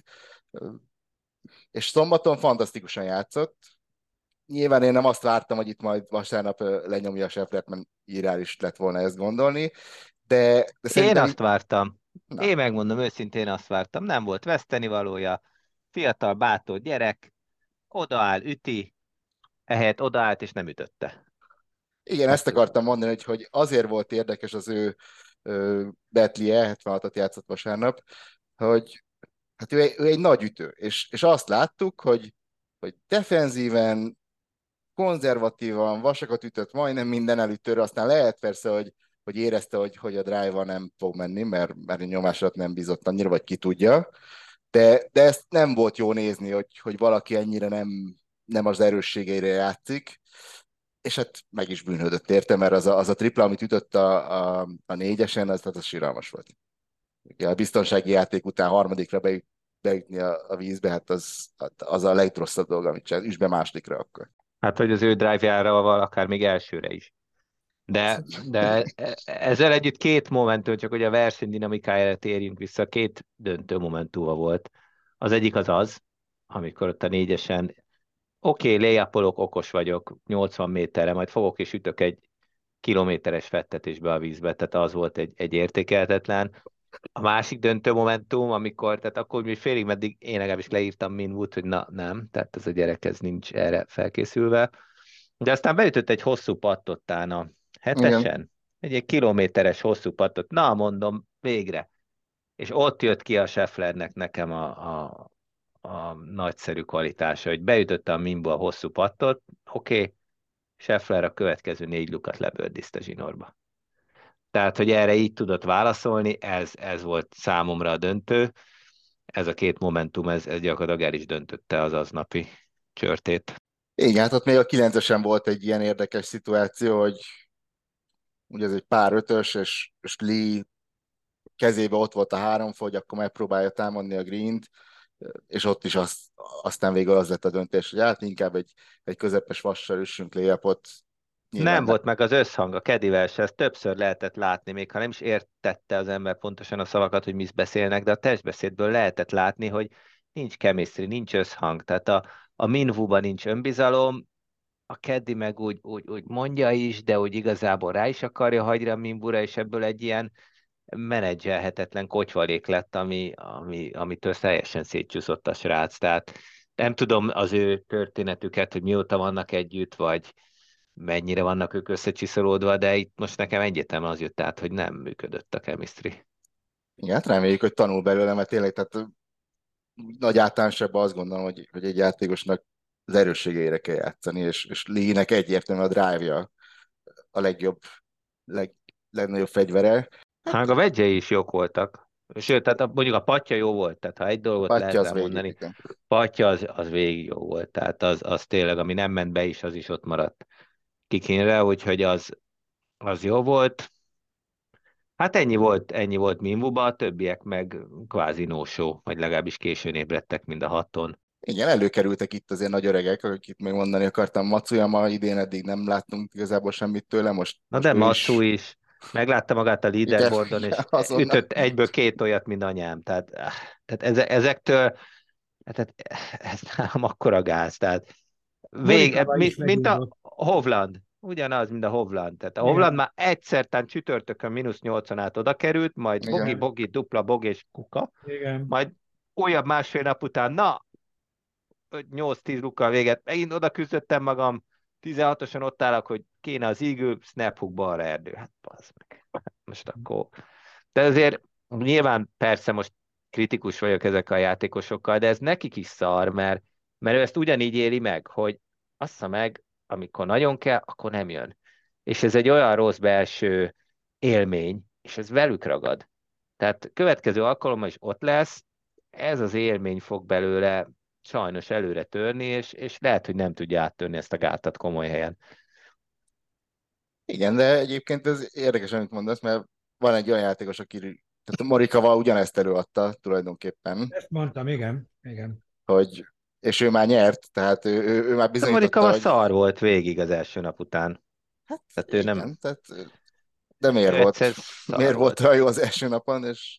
Speaker 2: és szombaton fantasztikusan játszott. Nyilván én nem azt vártam, hogy itt majd vasárnap ö, lenyomja a Schefflert, mert irreális lett volna ezt gondolni, de, de
Speaker 3: Én
Speaker 2: szerintem
Speaker 3: azt
Speaker 2: így,
Speaker 3: vártam.
Speaker 2: na,
Speaker 3: Én megmondom őszintén, azt vártam. Nem volt vesztenivalója. Fiatal, bátor gyerek, odaáll, üti, ehelyett odaállt és nem ütötte.
Speaker 2: igen, ezt
Speaker 3: Ezt
Speaker 2: akartam mondani, hogy, hogy azért volt érdekes az ő ö, Betlie, hetvenhatot játszott vasárnap, hogy hát ő, egy- ő egy nagy ütő, és, és azt láttuk, hogy, hogy defenzíven, konzervatívan, vasakat ütött majdnem minden elütőre, aztán lehet persze, hogy, hogy érezte, hogy, hogy a drive nem fog menni, mert, mert a nyomás alatt nem bízott annyira, vagy ki tudja, de, de ezt nem volt jó nézni, hogy, hogy valaki ennyire nem, nem az erősségeire játszik, és hát meg is bűnhődött érte, mert az a, az a tripla, amit ütött a, a, a négyesen, az, az síralmas volt. Ugye a biztonsági játék után harmadikra beüt, beütni a, a vízbe, hát az, az a legrosszabb dolog, amit csinál, üsd be másodikra akkor.
Speaker 3: Hát, hogy az ő drive-jára akár még elsőre is. De, de e- ezzel együtt két momentum, csak hogy a verseny dinamikájára térjünk vissza, két döntő momentuma volt. Az egyik az az, amikor ott a négyesen, oké, okay, layupolok, okos vagyok, nyolcvan méterre, majd fogok és ütök egy kilométeres fettetésbe a vízbe, tehát az volt egy, egy értékelhetetlen. A másik döntő momentum, amikor, tehát akkor még félig meddig én legalábbis leírtam Minwood, hogy na nem, tehát ez a gyerek ez nincs erre felkészülve. De aztán beütött egy hosszú pattottán a
Speaker 2: Igen.
Speaker 3: hetesen, egy, egy kilométeres hosszú pattot, na mondom, végre. És ott jött ki a Schefflernek nekem a, a, a nagyszerű kvalitása, hogy beütötte a Minbu a hosszú pattot, oké, okay, Scheffler a következő négy lukat lebördizte zsinórba. Tehát, hogy erre így tudott válaszolni, ez, ez volt számomra a döntő. Ez a két momentum, ez, ez gyakorlatilag el is döntötte az aznapi csörtét.
Speaker 2: Igen, hát ott még a kilencesen volt egy ilyen érdekes szituáció, hogy ugye ez egy pár ötös, és, és Lee kezébe ott volt a három hogy akkor megpróbálja támadni a Greent, és ott is azt, aztán végül az lett a döntés, hogy hát inkább egy, egy közepes vassal üssünk layupot. Nyilván
Speaker 3: Nem
Speaker 2: ne.
Speaker 3: volt meg az összhang a Kedivel se, ezt többször lehetett látni, még ha nem is értette az ember pontosan a szavakat, hogy mit beszélnek, de a testbeszédből lehetett látni, hogy nincs chemistry, nincs összhang, tehát a, a Minwoo-ban nincs önbizalom, a Kedi meg úgy, úgy, úgy mondja is, de úgy igazából rá is akarja hagyni a Minwoo-ra, és ebből egy ilyen menedzselhetetlen kocsvalék lett, ami, ami, amitől teljesen szétcsúszott a srác. Tehát nem tudom az ő történetüket, hogy mióta vannak együtt, vagy mennyire vannak ők összecsiszolódva, de itt most nekem egyértelműen az jött át, hogy nem működött a chemistry.
Speaker 2: Igen, hát reméljük, hogy tanul belőle, mert tényleg tehát nagy általánosabban azt gondolom, hogy, hogy egy játékosnak az erősségeire kell játszani, és, és Lee-nek egyértelműen a drive-ja a legjobb, leg, legnagyobb fegyvere.
Speaker 3: Hát a vegyei is jók voltak. Sőt, tehát a, mondjuk a patja jó volt, tehát ha egy dolgot
Speaker 2: Patya
Speaker 3: lehet
Speaker 2: az
Speaker 3: rá
Speaker 2: végig,
Speaker 3: mondani,
Speaker 2: igen.
Speaker 3: patja az, az végig jó volt, tehát az, az tényleg, ami nem ment be is, az is ott maradt kikínre, úgyhogy az, az jó volt. Hát ennyi volt, ennyi volt Minwoo-ba, a többiek meg kvázi no show, vagy legalábbis későn ébredtek mind a haton.
Speaker 2: Igen, előkerültek itt azért nagy öregek, akik még mondani akartam. Matsuyama idén eddig nem láttunk igazából semmit tőle, most,
Speaker 3: Na
Speaker 2: most
Speaker 3: de
Speaker 2: ő
Speaker 3: Matsu
Speaker 2: is,
Speaker 3: is meglátta magát a
Speaker 2: igen,
Speaker 3: leaderboardon,
Speaker 2: igen,
Speaker 3: és
Speaker 2: azonnal.
Speaker 3: ütött egyből két olyat, mint anyám. Tehát, ah, tehát eze, ezektől, tehát ez nálam akkora gáz. Tehát vég,
Speaker 1: Morikawa is
Speaker 3: mint, mint a
Speaker 1: megugrott.
Speaker 3: Hovland. Ugyanaz, mint a Hovland. Tehát a Hovland
Speaker 1: Igen,
Speaker 3: már egyszer tán csütörtökön mínusz nyolcon át oda került, majd bogi,
Speaker 2: Igen.
Speaker 3: bogi, dupla, bog és kuka.
Speaker 1: igen.
Speaker 3: Majd újabb másfél nap után, na, nyolc-tíz lukkal véget, megint oda küzdöttem magam, tizenhatosan ott állok, hogy kéne az eagle, snap hook balra erdő. Hát bazd meg. Most akkor... De azért nyilván persze most kritikus vagyok ezekkel a játékosokkal, de ez nekik is szar, mert, mert ő ezt ugyanígy éli meg, hogy assza meg, amikor nagyon kell, akkor nem jön. És ez egy olyan rossz belső élmény, és ez velük ragad. Tehát következő alkalommal is ott lesz, ez az élmény fog belőle sajnos előre törni, és, és lehet, hogy nem tudja áttörni ezt a gátat komoly helyen.
Speaker 2: Igen, de egyébként ez érdekes, amit mondasz, mert van egy olyan játékos, aki, tehát Morikawa ugyanezt előadta tulajdonképpen,
Speaker 1: Ezt mondtam, igen, igen.
Speaker 2: hogy, és ő már nyert, tehát ő, ő, ő már
Speaker 3: A
Speaker 2: bizonyította,
Speaker 3: Morikawa
Speaker 2: hogy
Speaker 3: szar volt végig az első nap után.
Speaker 2: hát
Speaker 3: Tehát ő nem,
Speaker 2: igen, tehát de miért
Speaker 3: ő
Speaker 2: volt,
Speaker 3: egyszer szar
Speaker 2: miért volt
Speaker 3: volt.
Speaker 2: olyan jó az első napon, és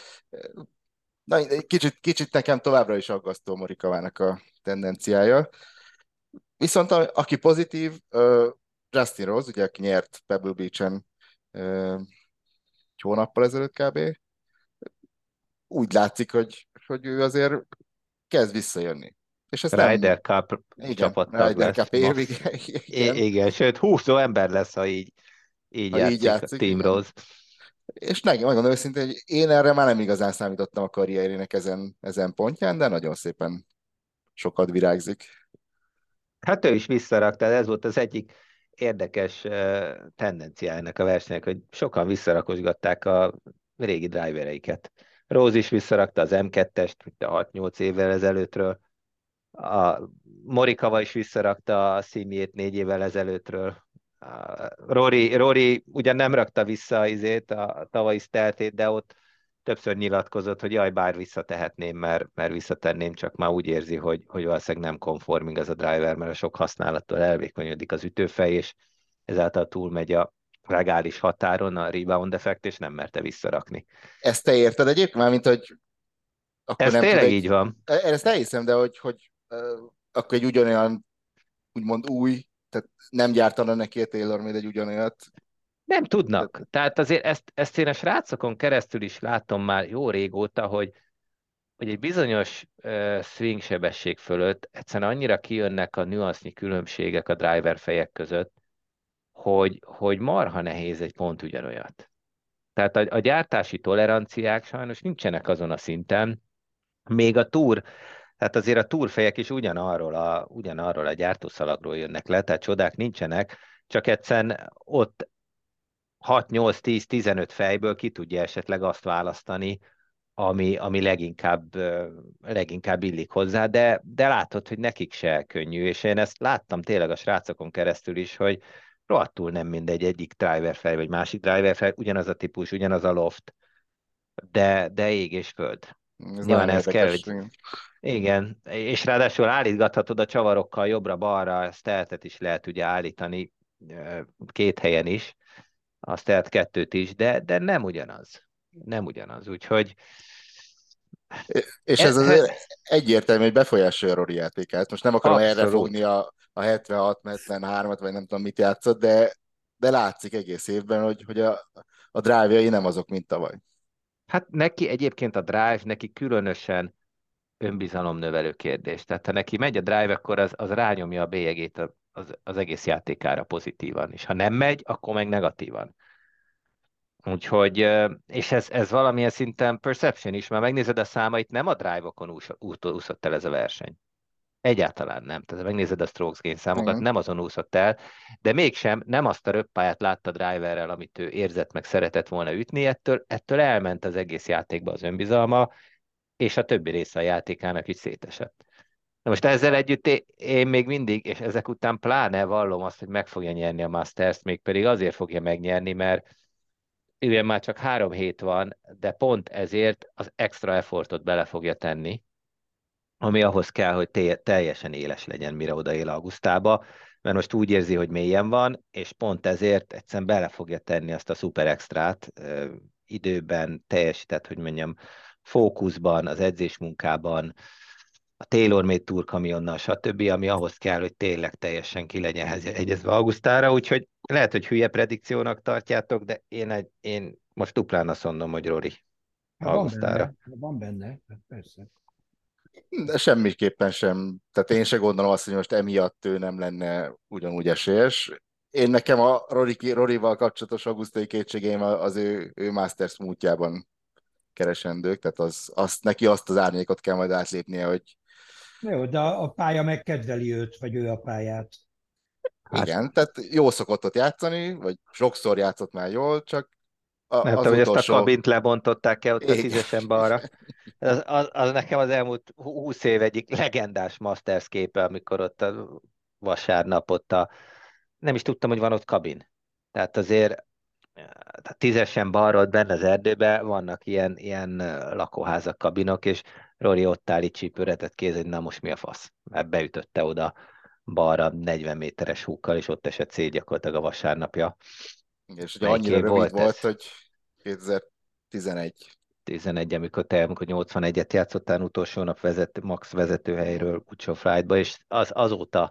Speaker 2: na, egy kicsit, kicsit nekem továbbra is aggasztó Morikavának a tendenciája. Viszont a, aki pozitív, uh, Justin Rose, ugye, aki nyert Pebble Beach-en uh, egy hónappal ezelőtt kb. Úgy látszik, hogy, hogy ő azért kezd visszajönni. És ez nem,
Speaker 3: Ryder Cup
Speaker 2: igen,
Speaker 3: csapattag
Speaker 2: Ryder
Speaker 3: lesz,
Speaker 2: Cup évig,
Speaker 3: max. I-
Speaker 2: igen,
Speaker 3: igen, sőt, húszó ember lesz, ha így, így
Speaker 2: ha így
Speaker 3: játszik a
Speaker 2: játszik,
Speaker 3: Team
Speaker 2: igen.
Speaker 3: Rose.
Speaker 2: És nekem megmondom őszintén, hogy én erre már nem igazán számítottam a karrierének ezen, ezen pontján, de nagyon szépen sokat virágzik.
Speaker 3: Hát ő is visszarakta, ez volt az egyik érdekes eh, tendenciája ennek a versenynek, hogy sokan visszarakosgatták a régi drivereiket. Rose is visszarakta az em kettest, mint a hat-nyolc évvel ezelőttről, a Morikawa is visszarakta a színjét négy évvel ezelőttről. A Rory, Rory ugyan nem rakta vissza az izét, a tavalyi steltét, de ott többször nyilatkozott, hogy jaj, bár visszatehetném, mert, mert visszatenném, csak már úgy érzi, hogy, hogy valószínűleg nem conforming az a driver, mert a sok használattól elvékonyodik az ütőfej, és ezáltal túlmegy a legális határon a rebound effekt, és nem merte visszarakni.
Speaker 2: Ezt te érted egyébként? Mármint, hogy akkor
Speaker 3: Ez
Speaker 2: nem tud
Speaker 3: tényleg így
Speaker 2: egy...
Speaker 3: van.
Speaker 2: e, Ezt elhiszem, de hogy, hogy uh, akkor egy ugyanolyan, úgymond új, tehát nem gyártana neki a TaylorMade egy ugyanolyat.
Speaker 3: Nem
Speaker 2: Tehát
Speaker 3: tudnak. Tehát azért ezt, ezt én a srácokon keresztül is látom már jó régóta, hogy, hogy egy bizonyos uh, swing sebesség fölött egyszerűen annyira kijönnek a nüansznyi különbségek a driver fejek között, hogy, hogy marha nehéz egy pont ugyanolyat. Tehát a, a gyártási toleranciák sajnos nincsenek azon a szinten, még a túr, tehát azért a túrfejek is ugyanarról a, ugyanarról a gyártószalagról jönnek le, tehát csodák nincsenek, csak egyszerűen ott hat-nyolc-tíz-tizenöt fejből ki tudja esetleg azt választani, ami, ami leginkább, ö, leginkább illik hozzá, de, de látod, hogy nekik se könnyű, és én ezt láttam tényleg a srácokon keresztül is, hogy rohadtul nem mindegy egyik driver fej, vagy másik driver fej, ugyanaz a típus, ugyanaz a loft, de, de ég és föld.
Speaker 2: ez
Speaker 3: Nyilván
Speaker 2: nagyon
Speaker 3: ez kell,
Speaker 2: érdekes.
Speaker 3: hogy igen, és ráadásul állítgathatod a csavarokkal jobbra-balra, ezt teltet is lehet ugye állítani ö, két helyen is, azt tehát kettőt is, de, de nem ugyanaz. Nem ugyanaz, úgyhogy
Speaker 2: És
Speaker 3: e,
Speaker 2: ez
Speaker 3: e,
Speaker 2: azért egyértelmű, hogy befolyásolja a Rory játékát. Most nem akarom erre fogni
Speaker 3: abszolút.
Speaker 2: a, a hetvenhat hetvenhármat, vagy nem tudom mit játszott, de, de látszik egész évben, hogy, hogy a, a drive-jai nem azok, mint tavaly.
Speaker 3: Hát neki egyébként a drive, neki különösen önbizalomnövelő kérdés. Tehát ha neki megy a drive, akkor az, az rányomja a bélyegét az, az egész játékára pozitívan, és ha nem megy, akkor meg negatívan. Úgyhogy, ö, és ez, ez valamilyen szinten perception is, mert megnézed a számait, nem a drive-okon ús- út- úszott el ez a verseny. Egyáltalán nem. Tehát ha megnézed a strokes gain számokat,
Speaker 2: Igen.
Speaker 3: nem azon úszott el, de mégsem nem azt a röppályát látta driverrel, amit ő érzett, meg szeretett volna ütni, ettől, ettől elment az egész játékba az önbizalma, és a többi része a játékának is szétesett. Na most ezzel együtt é- én még mindig, és ezek után pláne vallom azt, hogy meg fogja nyerni a Masters-t, mégpedig azért fogja megnyerni, mert ugye már csak három hét van, de pont ezért az extra effortot bele fogja tenni, ami ahhoz kell, hogy té- teljesen éles legyen, mire odaél Augusztába, mert most úgy érzi, hogy mélyen van, és pont ezért egyszerűen bele fogja tenni azt a szuper extrát ö, időben teljesített, hogy mondjam, fókuszban, az edzésmunkában, a TaylorMade Tour kamionnal, stb., ami ahhoz kell, hogy tényleg teljesen ki legyen hez- egyezve Augusztára, úgyhogy lehet, hogy hülye predikciónak tartjátok, de én, egy, én most duplán azt mondom, hogy Rory
Speaker 1: Hát van benne,
Speaker 3: Augusztára.
Speaker 1: van benne, hát persze.
Speaker 2: De semmiképpen sem. Tehát én se gondolom azt, hogy most emiatt ő nem lenne ugyanúgy esélyes. Én nekem a Rory, Roryval kapcsolatos augusztai kétségeim az ő, ő Masters múltjában keresendők, tehát az, azt, neki azt az árnyékot kell majd átlépnie, hogy
Speaker 1: Jó, de a pálya megkedveli őt, vagy ő a pályát.
Speaker 3: Hát
Speaker 2: igen, tehát jó szokott ott játszani, vagy sokszor játszott már jól, csak a,
Speaker 3: nem
Speaker 2: az
Speaker 3: tudom, hogy ezt a
Speaker 2: utolsó,
Speaker 3: kabint lebontották-e ott a
Speaker 2: igen,
Speaker 3: tízesen balra. Az, az, az nekem az elmúlt húsz év egyik legendás Masters képe, amikor ott a vasárnap ott a... Nem is tudtam, hogy van ott kabin. Tehát azért a tízesen balra ott benne az erdőben vannak ilyen, ilyen lakóházak, kabinok, és Rory ott áll így csípőretett kéz, hogy na most mi a fasz. Mert beütötte oda balra negyven méteres húkkal, és ott esett szét gyakorlatilag a vasárnapja.
Speaker 2: és ugye
Speaker 3: Melyik
Speaker 2: annyira
Speaker 3: év
Speaker 2: rövid
Speaker 3: volt ez?
Speaker 2: volt, hogy kétezer-tizenegy.
Speaker 3: tizenegy, amikor te, amikor nyolcvanegyet játszottál, utolsó nap vezet, max vezetőhelyről Kucsó Flightba, és az, azóta,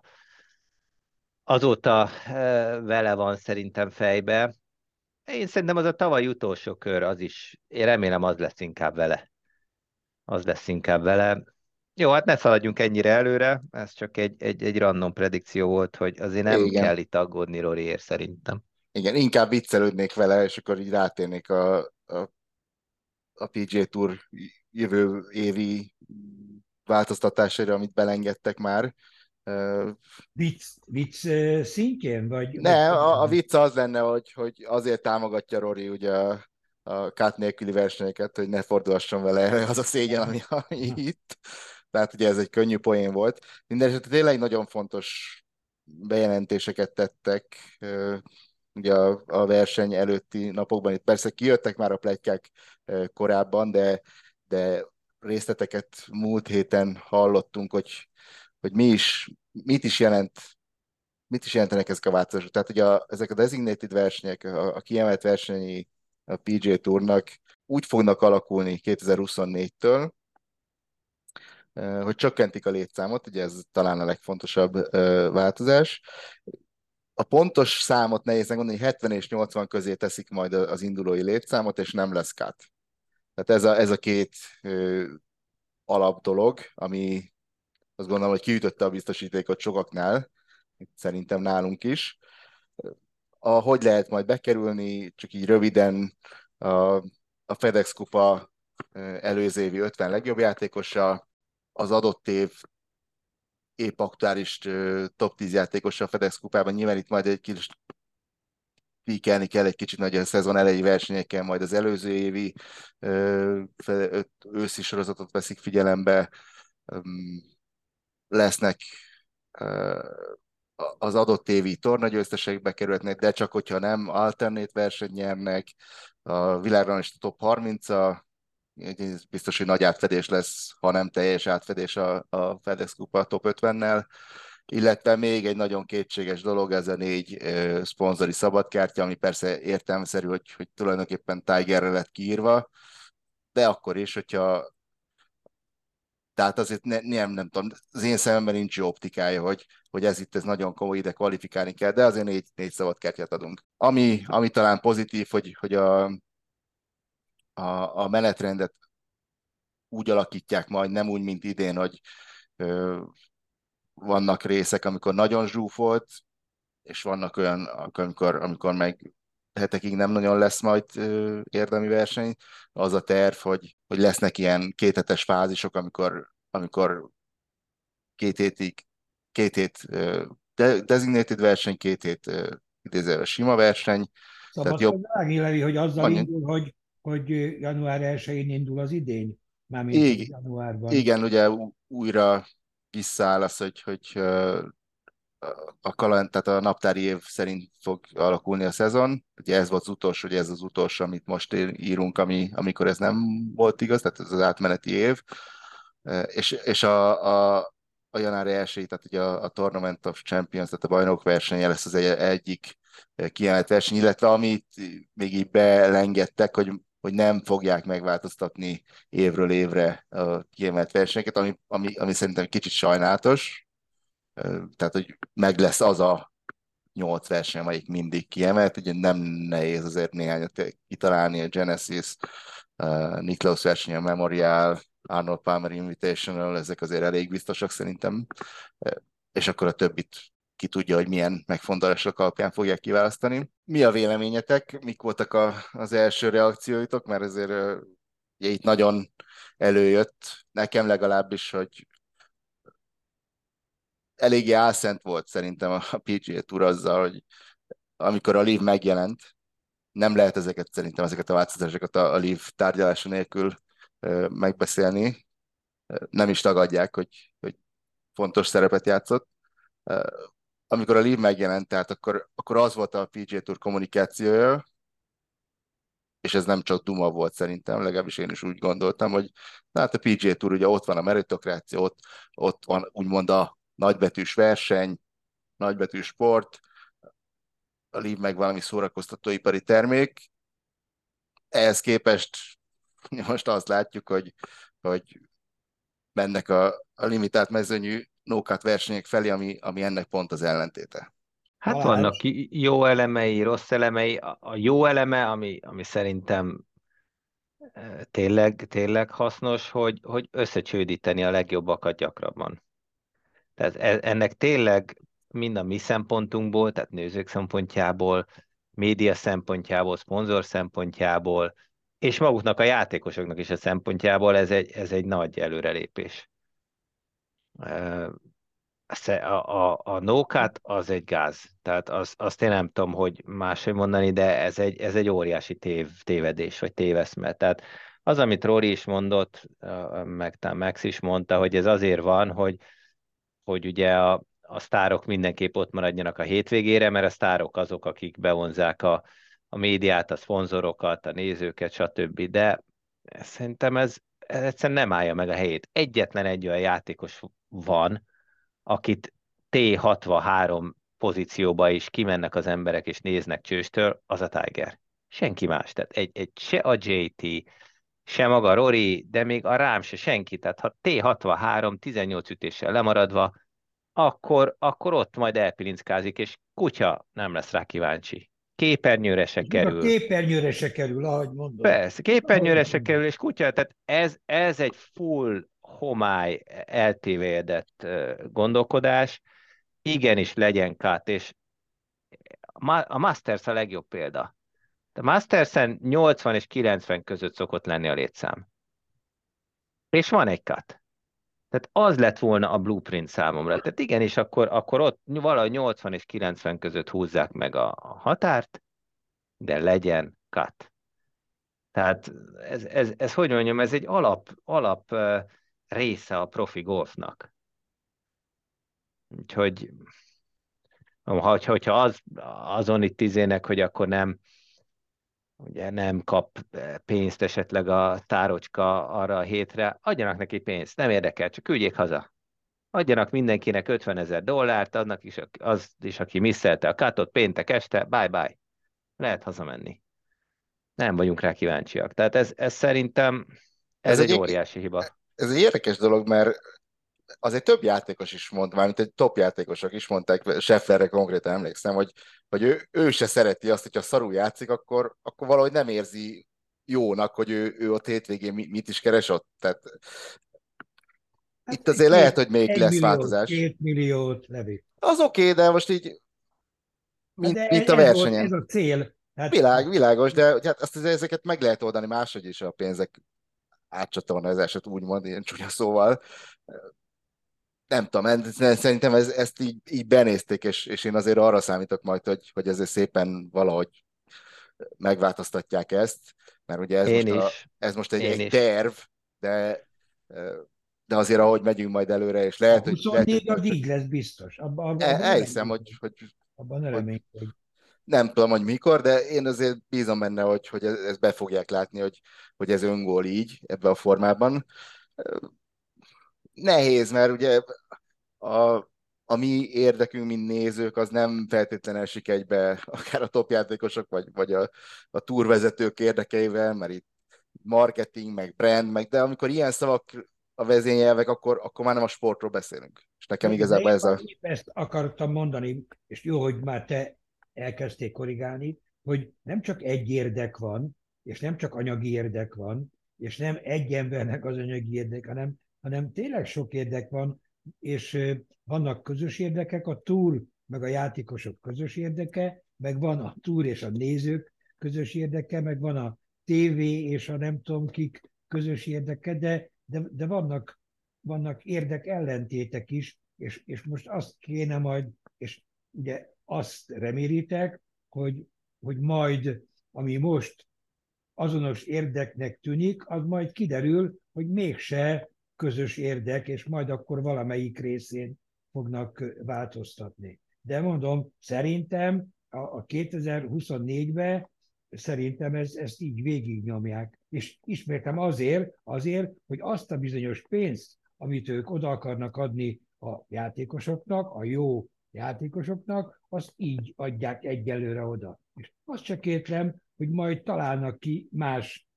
Speaker 3: azóta e, vele van szerintem fejbe. Én szerintem az a tavalyi utolsó kör, az is, én remélem az lesz inkább vele. Az lesz inkább vele. Jó, hát ne szaladjunk ennyire előre, ez csak egy, egy, egy random predikció volt, hogy azért nem
Speaker 2: Igen,
Speaker 3: kell itt aggódni Roryért szerintem.
Speaker 2: igen, inkább viccelődnék vele, és akkor így rátérnék a, a, a pé gé Tour jövő évi változtatásaira, amit belengedtek már. Ö,
Speaker 1: Vicc, vicc ö, szintjén, vagy, vagy
Speaker 2: Ne, a, a vicc az lenne, hogy, hogy azért támogatja Rory ugye a, a kát nélküli versenyeket, hogy ne fordulhasson vele elő az a szégyen, ami, ami itt. Tehát ugye ez egy könnyű poén volt. Mindenesetre tényleg nagyon fontos bejelentéseket tettek ö, ugye a, a verseny előtti napokban. Itt persze kijöttek már a pletykák ö, korábban, de, de részleteket múlt héten hallottunk, hogy, hogy mi is, mit is jelent mit is jelentenek ezek a változások? Tehát ugye a, ezek a designated versenyek, a, a kiemelt versenyi a pé gé Tournak úgy fognak alakulni kétezer-huszonnégytől, eh, hogy csökkentik a létszámot, ugye ez talán a legfontosabb eh, változás. A pontos számot nehéz megmondani, hogy hetven és nyolcvan közé teszik majd az indulói létszámot, és nem lesz cut. Tehát ez a, ez a két ö, alap dolog, ami azt gondolom, hogy kiütötte a biztosítékot sokaknál, szerintem nálunk is. A, hogy lehet majd bekerülni, csak így röviden a, a FedEx Kupa előző évi ötven legjobb játékosa, az adott év épp aktuális top tíz játékosa a FedEx Kupában. Nyilván itt majd egy kis píkelni kell egy kicsit nagy a szezon elejé versenyekkel, majd az előző évi ö, öt őszi sorozatot veszik figyelembe. Lesznek az adott évi tornagyőztesekbe kerülhetnek, de csak hogyha nem alternate versenyt nyernek, a világban is a top harminca, biztos, hogy nagy átfedés lesz, ha nem teljes átfedés a, a FedEx Kupa top ötvennel, illetve még egy nagyon kétséges dolog, ez a négy uh, szponzori szabadkártya, ami persze értelmeszerű, hogy, hogy tulajdonképpen Tigerre lett kiírva, de akkor is, hogyha tehát azért ne, nem, nem tudom, az én szememben nincs jó optikája, hogy, hogy ez itt ez nagyon komoly, ide kvalifikálni kell, de azért négy, négy szabadkártyát adunk. Ami, ami talán pozitív, hogy, hogy a, a, a menetrendet úgy alakítják majd, nem úgy, mint idén, hogy ö, vannak részek, amikor nagyon zsúfolt, és vannak olyan, amikor, amikor meg hetekig nem nagyon lesz majd ö, érdemi verseny. Az a terv, hogy, hogy lesznek ilyen kéthetes fázisok, amikor, amikor két hétig, két hét ö, de, designated verseny, két hét ö, idézőjelben sima verseny, tehát jobb,
Speaker 1: szabadságvágni, Levi, hogy azzal
Speaker 2: mondjuk,
Speaker 1: indul, hogy, hogy január elsején indul az idény, mármint hogy
Speaker 2: így,
Speaker 1: januárban.
Speaker 2: igen, ugye ú- újra visszaáll az, hogy, hogy ö, a kaland, tehát a naptári év szerint fog alakulni a szezon. Ugye ez volt az utolsó, ugye ez az utolsó, amit most írunk, ami, amikor ez nem volt igaz, tehát ez az átmeneti év. És, és a, a, a januári első, tehát ugye a, a Tournament of Champions, tehát a bajnok versenye lesz az egy, egyik kiemelt verseny, illetve amit még így belengedtek, hogy, hogy nem fogják megváltoztatni évről évre a kiemelt versenyeket, ami, ami, ami szerintem kicsit sajnálatos. Tehát, hogy meg lesz az a nyolc verseny, amelyik mindig kiemelt, ugye nem nehéz azért néhányat kitalálni, a Genesis, uh, Niklaus verseny, a Memorial, Arnold Palmer Invitational, ezek azért elég biztosak szerintem, és akkor a többit ki tudja, hogy milyen megfontolások alapján fogják kiválasztani. Mi a véleményetek? Mik voltak a, az első reakcióitok? Mert azért ugye itt nagyon előjött, nekem legalábbis, hogy eléggé álszent volt szerintem a pé gé á Tour azzal, hogy amikor a Liv megjelent, nem lehet ezeket szerintem, ezeket a változásokat a, a Liv tárgyalása nélkül ö, megbeszélni. Nem is tagadják, hogy, hogy fontos szerepet játszott. Ö, amikor a Liv megjelent, tehát akkor, akkor az volt a pé gé á Tour kommunikációja, és ez nem csak duma volt szerintem, legalábbis én is úgy gondoltam, hogy na, hát a pé gé á Tour, ugye ott van a meritokrácia, ott, ott van úgymond a nagybetűs verseny, nagybetűs sport, a Liv meg valami szórakoztatóipari termék. Ehhez képest most azt látjuk, hogy, hogy mennek a, a limitált mezőnyű no-cut versenyek felé, ami, ami ennek pont az ellentéte.
Speaker 3: Hát
Speaker 1: Balázs,
Speaker 3: vannak ki- jó elemei, rossz elemei. A a jó eleme, ami, ami szerintem eh, tényleg, tényleg hasznos, hogy, hogy összecsődíteni a legjobbakat gyakrabban. Tehát e- ennek tényleg mind a mi szempontunkból, tehát nézők szempontjából, média szempontjából, szponzor szempontjából, és maguknak a játékosoknak is a szempontjából ez egy, ez egy nagy előrelépés. Eh, sze- A, a, a no-cut az egy gáz. Tehát az, azt én nem tudom, hogy máshogy mondani, de ez egy, ez egy óriási tév, tévedés, vagy téveszme. Tehát az, amit Rory is mondott, eh, meg talán Max is mondta, hogy ez azért van, hogy hogy ugye a, a sztárok mindenképp ott maradjanak a hétvégére, mert a sztárok azok, akik bevonzák a, a médiát, a szponzorokat, a nézőket, stb. De szerintem ez, ez egyszerűen nem állja meg a helyét. Egyetlen egy olyan játékos van, akit té hatvanhárom pozícióba is kimennek az emberek és néznek csőstől, az a Tiger. Senki más. Tehát egy, egy, se a jé té, se maga Rory, de még a rám se senki. Tehát ha té hatvanhárom tizennyolc ütéssel lemaradva, akkor, akkor ott majd elpilinckázik, és kutya nem lesz rá kíváncsi. Képernyőre se
Speaker 1: és még a
Speaker 3: kerül.
Speaker 1: képernyőre se kerül, ahogy mondod.
Speaker 3: Persze, képernyőre
Speaker 1: Ahogy
Speaker 3: se
Speaker 1: mondod.
Speaker 3: kerül, és kutya, tehát ez, ez egy full homály, eltévéedett ö, gondolkodás. Igenis legyen cut, és a Ma- a Masters a legjobb példa. A Mastersen nyolcvan és kilencven között szokott lenni a létszám. És van egy cut. Tehát az lett volna a blueprint számomra. Tehát igenis, akkor, akkor ott valahogy nyolcvan és kilencven között húzzák meg a, a határt, de legyen cut. Tehát ez, ez, ez, hogy mondjam, ez egy alap, alap ö, része a profi golfnak. Úgyhogy ha, hogyha az, azon itt izének, hogy akkor nem, ugye nem kap pénzt esetleg a tárocska arra a hétre, adjanak neki pénzt, nem érdekel, csak küldjék haza. Adjanak mindenkinek ötvenezer dollárt, annak is, az is, aki misszelte a kátot péntek este, bye-bye. Lehet hazamenni. Nem vagyunk rá kíváncsiak. Tehát ez, ez szerintem
Speaker 2: Ez
Speaker 3: ez egy
Speaker 2: egy,
Speaker 3: óriási hiba.
Speaker 2: ez egy érdekes dolog, mert azért több játékos is mondta, mármint egy top játékosok is mondták, Schefflerre konkrétan emlékszem, hogy, hogy ő, ő se szereti azt, hogyha szarul játszik, akkor, akkor valahogy nem érzi jónak, hogy ő, ő ott hétvégén mit is keres ott. Tehát
Speaker 1: Hát
Speaker 2: itt azért lehet,
Speaker 1: két,
Speaker 2: hogy még
Speaker 1: egy
Speaker 2: lesz
Speaker 1: milliót,
Speaker 2: változás.
Speaker 1: két milliót levitt.
Speaker 2: Az oké, okay, de most így,
Speaker 1: Hát
Speaker 2: mint,
Speaker 1: de
Speaker 2: mint
Speaker 1: ez,
Speaker 2: a
Speaker 1: ez volt, ez
Speaker 2: versenyen.
Speaker 1: a cél. Hát,
Speaker 2: Világ, világos, de hogy hát azt, ezeket meg lehet oldani máshogy is a pénzek átcsatornázását, úgymond, ilyen csúnya szóval. Nem tudom, en- szerintem ez, ezt így, így benézték, és, és én azért arra számítok majd, hogy, hogy ezért szépen valahogy megváltoztatják ezt, mert ugye ez
Speaker 3: Én
Speaker 2: most, a,
Speaker 3: is,
Speaker 2: ez most egy,
Speaker 3: én
Speaker 2: egy
Speaker 3: is.
Speaker 2: terv, de, de azért ahogy megyünk majd előre, és
Speaker 1: a
Speaker 2: lehet, hogy, lehet, hogy
Speaker 1: huszonnégy az így lesz biztos. Abban, abban,
Speaker 2: el-
Speaker 1: abban ne
Speaker 2: elhiszem, hogy,
Speaker 1: reménykedj.
Speaker 2: hogy,
Speaker 1: Abban ne
Speaker 2: hogy
Speaker 1: reménykedj.
Speaker 2: nem tudom, hogy mikor, de én azért bízom benne, hogy, hogy ezt be fogják látni, hogy, hogy ez öngól így, ebben a formában. nehéz, mert ugye a, a mi érdekünk, mint nézők, az nem feltétlenül esik egybe akár a topjátékosok, vagy, vagy a, a túrvezetők érdekeivel, mert itt marketing, meg brand, meg de amikor ilyen szavak a vezényelvek, akkor, akkor már nem a sportról beszélünk. És nekem
Speaker 1: De, de
Speaker 2: igazából
Speaker 1: én
Speaker 2: ez a...
Speaker 1: épp ezt akartam mondani, és jó, hogy már te elkezdték korrigálni, hogy nem csak egy érdek van, és nem csak anyagi érdek van, és nem egy embernek az anyagi érdek, hanem, hanem tényleg sok érdek van, és ö, vannak közös érdekek, a túr meg a játékosok közös érdeke, meg van a túr és a nézők közös érdeke, meg van a tévé és a nem tudom kik közös érdeke, de, de, de vannak, vannak érdek ellentétek is, és, és most azt kéne majd, és ugye azt remélitek, hogy, hogy majd, ami most azonos érdeknek tűnik, az majd kiderül, hogy mégse közös érdek, és majd akkor valamelyik részén fognak változtatni. De mondom, szerintem a, a kétezer-huszonnégyben szerintem ez, ezt így végignyomják. És ismétem azért, azért, hogy azt a bizonyos pénzt, amit ők oda akarnak adni a játékosoknak, a jó játékosoknak, azt így adják egyelőre oda. És azt csak kérem, hogy majd találnak ki más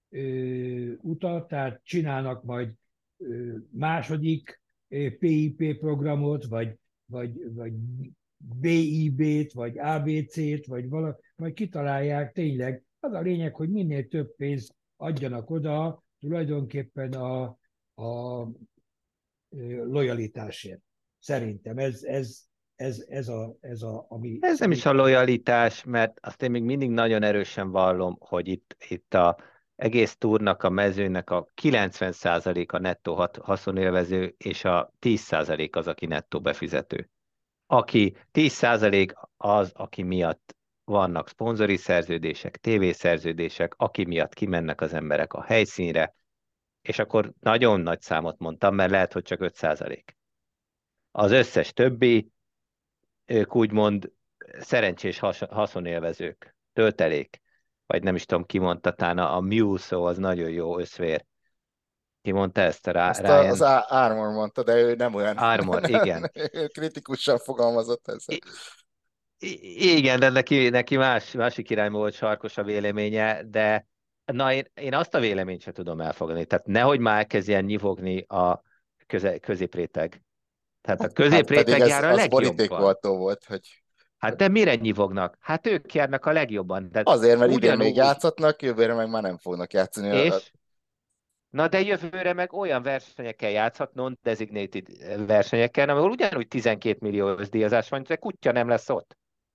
Speaker 1: ö, utat, tehát csinálnak majd ö, második ö, pé i pé programot, vagy, vagy, vagy bé i bé-t, vagy á bé cét, vagy vala, majd kitalálják tényleg. Az a lényeg, hogy minél több pénzt adjanak oda tulajdonképpen a, a ö, lojalitásért. Szerintem ez, ez, ez, ez, a, ez a, ami
Speaker 3: Ez nem is a
Speaker 1: szerintem
Speaker 3: lojalitás, mert azt én még mindig nagyon erősen vallom, hogy itt, itt a egész túrnak, a mezőnek a kilencven százalék a nettó hat- haszonélvező, és a tíz százalék az, aki nettó befizető. Aki tíz százalék az, aki miatt vannak szponzori szerződések, tévészerződések, aki miatt kimennek az emberek a helyszínre, és akkor nagyon nagy számot mondtam, mert lehet, hogy csak öt százalék. Az összes többi, ők úgymond szerencsés has- haszonélvezők, töltelék, vagy nem is tudom, ki mondta, talán a, a Muso az nagyon jó összvér. Ki mondta ezt a Rá-
Speaker 2: Ezt a, az
Speaker 3: Ryan
Speaker 2: Á- Armor mondta, de ő nem olyan
Speaker 3: Armour, igen.
Speaker 2: ő kritikusan fogalmazott ezzel.
Speaker 3: I- i- igen, de neki, neki más, másik irányba volt sarkos a véleménye, de na én, én azt a véleményt sem tudom elfogadni. Tehát nehogy már elkezdjen nyivogni a köze, középréteg. Tehát a
Speaker 2: Hát pedig
Speaker 3: középréteg
Speaker 2: ez
Speaker 3: jár a
Speaker 2: az
Speaker 3: legjobban.
Speaker 2: borítékoltó volt, hogy
Speaker 3: Hát de mire nyivognak? Hát ők járnak a legjobban. De
Speaker 2: azért, mert idén még
Speaker 3: ugyanúgy,
Speaker 2: játszhatnak, jövőre meg már nem fognak játszani. A- a-
Speaker 3: és na de jövőre meg olyan versenyekkel játszhat, non-designated versenyekkel, ahol ugyanúgy tizenkét millió összdíjazás van, de kutya nem lesz ott.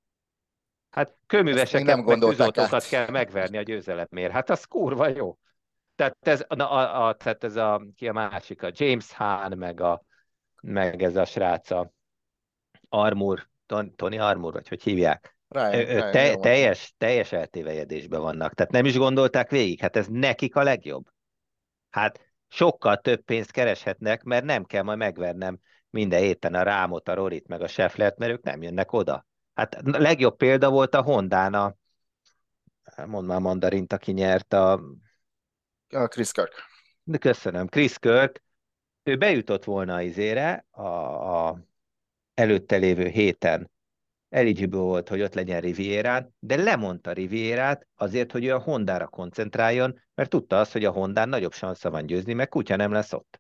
Speaker 3: Hát
Speaker 2: Ezt még nem
Speaker 3: kőműveseket, meg
Speaker 2: gondolták át.
Speaker 3: tűzoltókat kell megverni a győzelemért. Hát az kurva jó. Tehát ez, na, a, a, tehát ez a, ki a másik, a James Hahn, meg, a, meg ez a srác, a Armour, Ton, Tony Armour, vagy hogy hívják. Ö,
Speaker 2: Ryan,
Speaker 3: ö,
Speaker 2: Ryan,
Speaker 3: Te,
Speaker 2: jól mondtam.
Speaker 3: teljes, teljes eltévejedésben vannak. Tehát nem is gondolták végig. Hát ez nekik a legjobb. Hát sokkal több pénzt kereshetnek, mert nem kell majd megvernem minden héten a Rámot, a Rorit, meg a Schefflert, mert ők nem jönnek oda. Hát a legjobb példa volt a Hondán, a, mondd már Mandarint, aki nyert a,
Speaker 2: A Chris Kirk.
Speaker 3: de köszönöm, Chris Kirk, ő bejutott volna az izére a, a előtte lévő héten, eligible volt, hogy ott legyen Rivierán, de lemondta Rivierát azért, hogy ő a Hondára koncentráljon, mert tudta azt, hogy a Hondán nagyobb sansza van győzni, meg kutya nem lesz ott.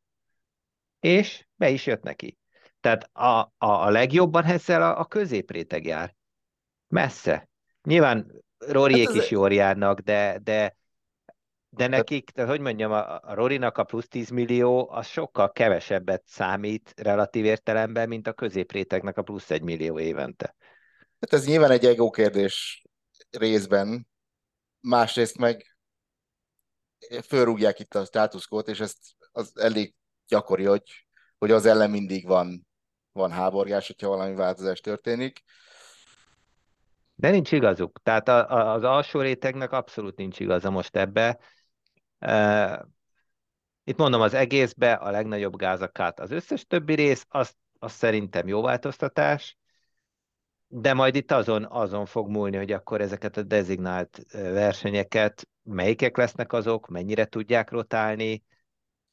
Speaker 3: És be is jött neki. Tehát a, a, a legjobban ezzel a, a középréteg jár. Messze. Nyilván
Speaker 2: Hát
Speaker 3: Roriék
Speaker 2: ez,
Speaker 3: is jól járnak, de, de, de
Speaker 2: tehát
Speaker 3: nekik, tehát hogy mondjam, a, a Rorinak a plusz tíz millió, az sokkal kevesebbet számít relatív értelemben, mint a középrétegnek a plusz egy millió évente.
Speaker 2: hát ez nyilván egy ego kérdés részben, másrészt meg fölrúgják itt a státuszkót, és ezt az elég gyakori, hogy, hogy az ellen mindig van, van háborgás, hogyha valami változás történik.
Speaker 3: De nincs igazuk. Tehát a, a, az alsó rétegnek abszolút nincs igaza most ebbe. E, itt mondom, az egészbe a legnagyobb gázakát az összes többi rész, az, az szerintem jó változtatás, de majd itt azon, azon fog múlni, hogy akkor ezeket a designált versenyeket, melyikek lesznek azok, mennyire tudják rotálni.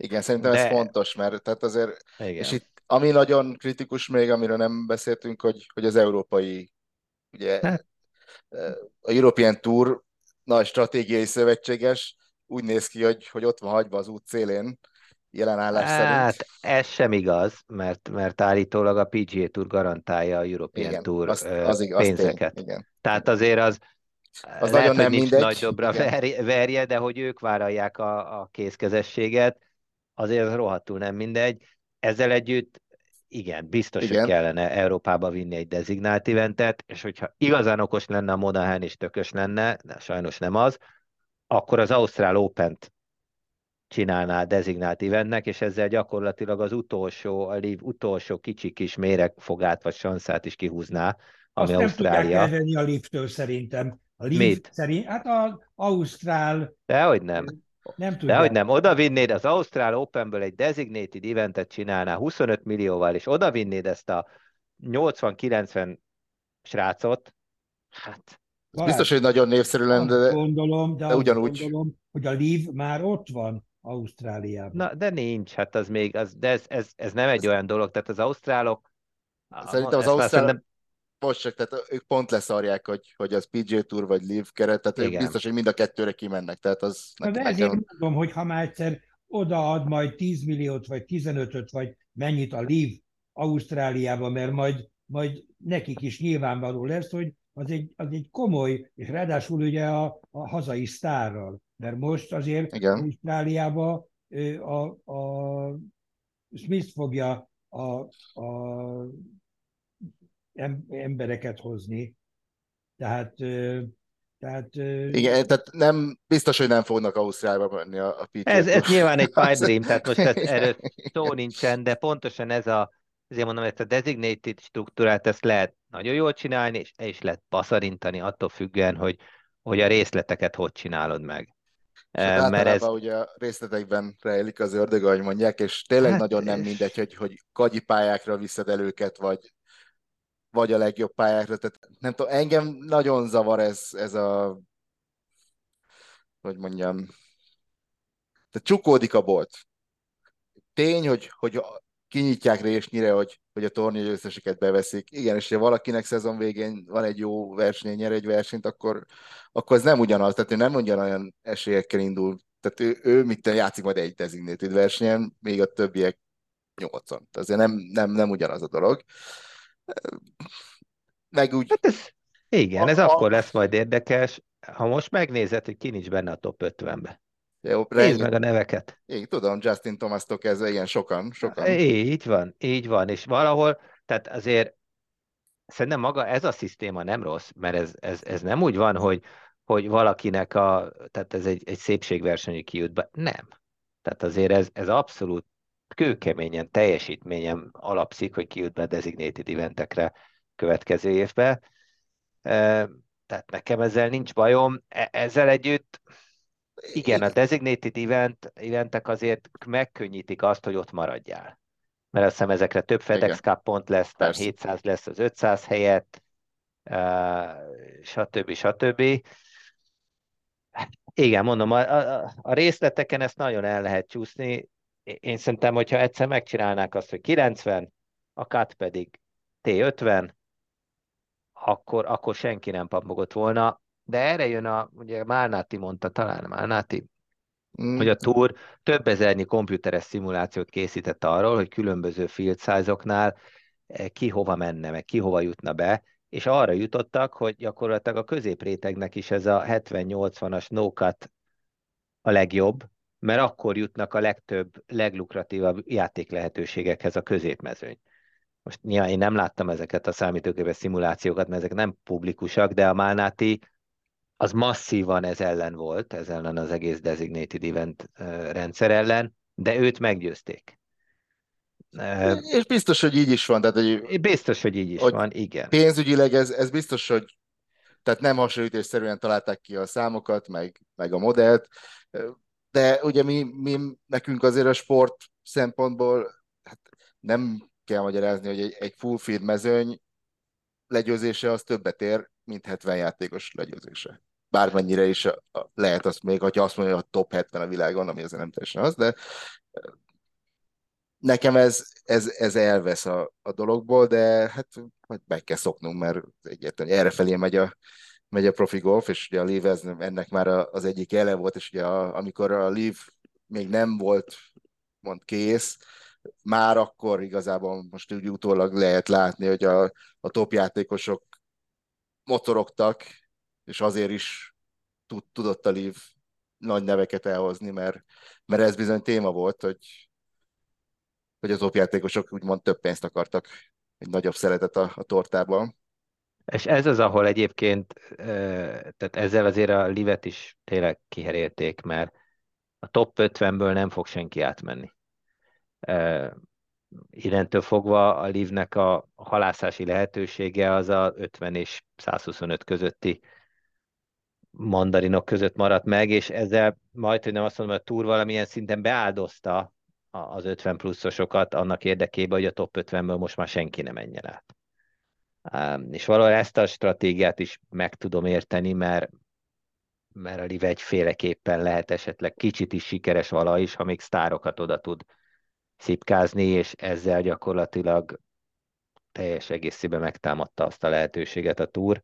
Speaker 2: Igen, szerintem ez
Speaker 3: De
Speaker 2: fontos, mert tehát azért, és
Speaker 3: igen.
Speaker 2: itt ami nagyon kritikus még, amiről nem beszéltünk, hogy, hogy az európai, ugye
Speaker 3: Hát,
Speaker 2: a European Tour nagy stratégiai szövetséges úgy néz ki, hogy, hogy ott van hagyva az út szélén, jelen állás szerint.
Speaker 3: hát ez sem igaz, mert, mert állítólag a pé gé á Tour garantálja a European
Speaker 2: Igen,
Speaker 3: Tour
Speaker 2: az,
Speaker 3: ö,
Speaker 2: az, ig- az tény,
Speaker 3: pénzeket.
Speaker 2: igen.
Speaker 3: Tehát
Speaker 2: Igen.
Speaker 3: azért az
Speaker 2: Az nagyon
Speaker 3: lehet, hogy
Speaker 2: nem
Speaker 3: nincs nagy
Speaker 2: mindegy,
Speaker 3: dobra
Speaker 2: igen,
Speaker 3: ver- verje, de hogy ők vállalják a, a kézkezességet, azért az rohadtul nem mindegy. Ezzel együtt igen, biztos, hogy
Speaker 2: igen,
Speaker 3: kellene Európába vinni egy designált eventet, és hogyha igazán okos lenne a Monahan és tökös lenne, de sajnos nem az, akkor az Ausztrál Open-t csinálná designált eventnek, és ezzel gyakorlatilag az utolsó, a Liv utolsó kicsi kis méregfogát vagy sanszát is kihúzná, ami
Speaker 1: Azt nem tudják
Speaker 3: Ausztrália.
Speaker 1: elvenni a Liv-től szerintem. A Liv
Speaker 3: Mit?
Speaker 1: szerint, hát az Ausztrál
Speaker 3: Dehogy nem.
Speaker 1: nem
Speaker 3: Dehogy
Speaker 1: tudják.
Speaker 3: nem. Oda vinnéd az Ausztrál Openből egy designated eventet csinálná huszonöt millióval, és oda vinnéd ezt a nyolcvan-kilencven srácot, hát
Speaker 2: ez biztos,
Speaker 1: Balázs,
Speaker 2: hogy nagyon népszerű lenne,
Speaker 1: azt
Speaker 2: de,
Speaker 1: gondolom, de
Speaker 2: de
Speaker 1: azt
Speaker 2: ugyanúgy.
Speaker 1: gondolom, hogy a Liv már ott van Ausztráliában.
Speaker 3: na, de nincs, hát az még, az, de ez, ez, ez nem egy
Speaker 2: Ez,
Speaker 3: olyan dolog, tehát az ausztrálok, á,
Speaker 2: szerintem az
Speaker 3: ezt már
Speaker 2: Ausztrál,
Speaker 3: szerintem,
Speaker 2: most csak, tehát ők pont leszarják, hogy, hogy az pé gé Tour vagy Live keret, tehát ők
Speaker 3: igen.
Speaker 2: biztos, hogy mind a kettőre kimennek, tehát az
Speaker 1: Na
Speaker 2: neki,
Speaker 1: de ezért
Speaker 2: nekem,
Speaker 1: mondom, hogy ha már egyszer odaad majd tíz milliót, vagy tizenötöt, vagy mennyit a Liv Ausztráliába, mert majd, majd nekik is nyilvánvaló lesz, hogy az egy, az egy komoly, és ráadásul ugye a, a hazai sztárral. Mert most azért
Speaker 2: igen.
Speaker 1: Ausztráliába ö, a, a Smith fogja a, a em- embereket hozni. Tehát, ö, tehát ö,
Speaker 2: Igen, tehát nem, biztos, hogy nem fognak Ausztráliába menni a, a pé gé
Speaker 3: Ez,
Speaker 2: Tour.
Speaker 3: ez nyilván egy pipe
Speaker 2: Az-
Speaker 3: dream, tehát most ez, erről szó nincsen, de pontosan ez a, ezért mondom, ezt a designated struktúrát, ezt lehet nagyon jól csinálni, és el is lehet baszarintani attól függően, hogy, hogy a részleteket hogy csinálod meg.
Speaker 2: És hát
Speaker 3: Eh, Mert ez,
Speaker 2: általában ugye a részletekben rejlik az ördög, ahogy mondják, és tényleg
Speaker 3: hát,
Speaker 2: nagyon nem mindegy, hogy, hogy kagyi pályákra viszed el őket, vagy, vagy a legjobb pályákra. Tehát nem tudom, engem nagyon zavar ez, ez a, hogy mondjam, tehát csukódik a bolt. Tény, hogy, hogy kinyitják résnyire, hogy, hogy a tornya győzteseket beveszik. Igen, és ha valakinek szezon végén van egy jó verseny, nyer egy versenyt, akkor, akkor ez nem ugyanaz, tehát ő nem ugyanolyan esélyekkel indul. Tehát ő, ő mit tenni, játszik majd egy designated versenyen, még a többiek nyolcan. Tehát azért nem, nem, nem ugyanaz a dolog. Meg úgy,
Speaker 3: hát ez,
Speaker 2: a,
Speaker 3: igen, ez
Speaker 2: a,
Speaker 3: akkor lesz majd érdekes, ha most megnézed, hogy ki nincs benne a top ötvenbe.
Speaker 2: jó,
Speaker 3: Nézd
Speaker 2: renget,
Speaker 3: meg a neveket.
Speaker 2: én tudom, Justin Thomas-tól kezdve, igen, sokan, sokan.
Speaker 3: Így van, így van, és valahol, tehát azért szerintem maga ez a szisztéma nem rossz, mert ez, ez, ez nem úgy van, hogy, hogy valakinek a, tehát ez egy, egy szépségverseny, hogy kijut be. Nem. Tehát azért ez, ez abszolút kőkeményen, teljesítményen alapszik, hogy kijut be a designated eventekre következő évbe. E, Tehát nekem ezzel nincs bajom. E- Ezzel együtt, igen, a
Speaker 2: Igen,
Speaker 3: designated event, eventek azért megkönnyítik azt, hogy ott maradjál, mert azt hiszem ezekre több FedEx
Speaker 2: igen,
Speaker 3: Cup pont lesz, talán
Speaker 2: persze.
Speaker 3: hétszáz lesz az ötszáz helyett, uh, stb. stb. Igen, mondom, a, a, a részleteken ezt nagyon el lehet csúszni. Én szerintem, hogyha egyszer megcsinálnák azt, hogy kilencven, a cut pedig té ötven, akkor, akkor senki nem papogott volna. De erre jön a, ugye Márnáti mondta, talán Márnáti, hogy
Speaker 2: Mm,
Speaker 3: a Tour több ezernyi komputeres szimulációt készített arról, hogy különböző field size-oknál eh, ki hova menne, meg ki hova jutna be, és arra jutottak, hogy gyakorlatilag a középrétegnek is ez a hetven-nyolcvanas no-cut a legjobb, mert akkor jutnak a legtöbb, leglukratívabb játéklehetőségekhez a középmezőny. Most nyilván én nem láttam ezeket a számítógépes szimulációkat, mert ezek nem publikusak, de a Málnáti az masszívan ez ellen volt, ez ellen az egész designated event ö, rendszer ellen, de őt meggyőzték. Ö,
Speaker 2: és biztos, hogy így is van, tehát hogy,
Speaker 3: Biztos, hogy így is
Speaker 2: hogy
Speaker 3: van, igen.
Speaker 2: pénzügyileg ez, ez biztos, hogy tehát nem hasonlítésszerűen találták ki a számokat, meg, meg a modellt, de ugye mi, mi nekünk azért a sport szempontból hát nem kell magyarázni, hogy egy, egy full field mezőny legyőzése az többet ér, mint hetven játékos legyőzése. Bármennyire is a, a, lehet azt még, hogyha azt mondja, hogy a top hetven a világon, ami azért nem teljesen az, de Nekem ez, ez, ez elvesz a, a dologból, de hát hát meg kell szoknunk, mert egyértelműen errefelé megy a, megy a profi golf, és ugye a Live ez, ennek már a- az egyik ele volt, és ugye a, amikor a Live még nem volt mond kész, már akkor igazából most úgy utólag lehet látni, hogy a, a top játékosok mocorogtak, és azért is tud, tudott a Live nagy neveket elhozni, mert, mert ez bizony téma volt, hogy, hogy az top játékosok úgymond több pénzt akartak, egy nagyobb szeretet a, a tortában.
Speaker 3: És ez az, ahol egyébként, ö, tehát ezzel azért a livet is tényleg kiherélték, mert a top ötvenből nem fog senki átmenni. Ö, Innentől fogva a livnek a halászási lehetősége az a ötven és százhuszonöt közötti mandarinok között maradt meg, és ezzel majd, hogy nem azt mondom, hogy a Tour valamilyen szinten beáldozta a- az ötven pluszosokat annak érdekében, hogy a top ötvenből most már senki ne menjen át. Ám, És valahol ezt a stratégiát is meg tudom érteni, mert, mert a Live egyféleképpen lehet esetleg kicsit is sikeres vala is, ha még sztárokat oda tud szipkázni, és ezzel gyakorlatilag teljes egészében megtámadta azt a lehetőséget a Tour.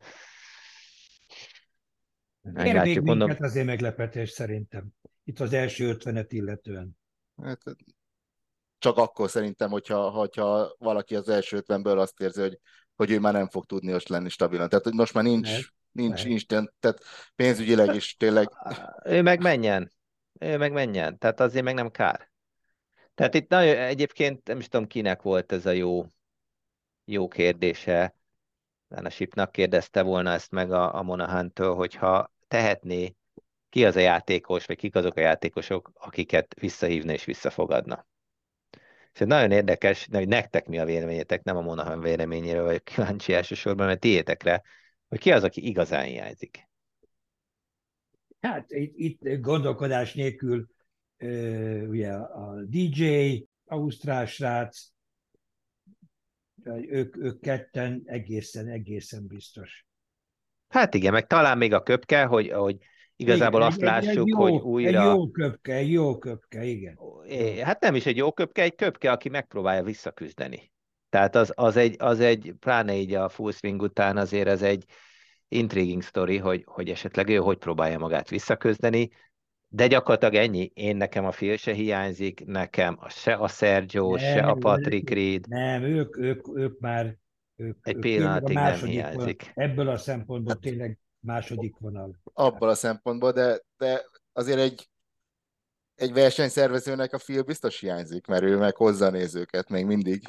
Speaker 1: Ér még
Speaker 3: Meglátjuk, mondom,
Speaker 1: minket azért meglepetés szerintem. Itt az első ötvenet illetően.
Speaker 2: Hát, csak akkor szerintem, hogyha, hogyha valaki az első ötvenből azt érzi, hogy, hogy ő már nem fog tudni most lenni stabilan. Tehát hogy most már nincs,
Speaker 1: Lehet,
Speaker 2: nincs,
Speaker 1: lehet.
Speaker 2: nincs, tehát pénzügyileg is tényleg.
Speaker 3: ő meg menjen. Ő meg menjen. Tehát azért meg nem kár. Tehát itt nagyon, egyébként nem is tudom, kinek volt ez a jó, jó kérdése. A Sipnak kérdezte volna ezt meg a, a Monahantől, hogyha tehetné, ki az a játékos, vagy kik azok a játékosok, akiket visszahívna és visszafogadna. És ez nagyon érdekes, hogy nektek mi a véleményetek, nem a Monahan véleményéről vagyok kíváncsi elsősorban, mert tiétekre, hogy ki az, aki igazán hiányzik.
Speaker 1: Hát itt, itt gondolkodás nélkül ö, ugye a dé dzsé, ausztrál srác, ők, ők ketten egészen, egészen biztos.
Speaker 3: Hát igen, meg talán még a köpke, hogy, hogy
Speaker 1: Igen,
Speaker 3: igazából
Speaker 1: egy,
Speaker 3: azt
Speaker 1: egy, egy,
Speaker 3: lássuk, hogy
Speaker 1: jó, egy
Speaker 3: újra,
Speaker 1: jó köpke, egy jó köpke, igen.
Speaker 3: é,
Speaker 1: Jó.
Speaker 3: hát nem is egy jó köpke, egy köpke, aki megpróbálja visszaküzdeni. Tehát az, az, egy, az egy, pláne így a full swing után azért ez egy intriguing story, hogy, hogy esetleg ő hogy próbálja magát visszaküzdeni, de gyakorlatilag ennyi. Én nekem a Phil se hiányzik, nekem a, se a Sergio, se a
Speaker 1: Nem,
Speaker 3: Patrick Reed
Speaker 1: nem ők, ők, ők már, ők,
Speaker 3: egy
Speaker 1: ők tényleg a
Speaker 3: pillanatig nem
Speaker 1: második vonal.
Speaker 3: hiányzik.
Speaker 1: Ebből a szempontból
Speaker 2: Hát
Speaker 1: tényleg második vonal.
Speaker 2: abból a szempontból, de, de azért egy, egy versenyszervezőnek a feel biztos hiányzik, mert ő meg hozza a nézőket még mindig.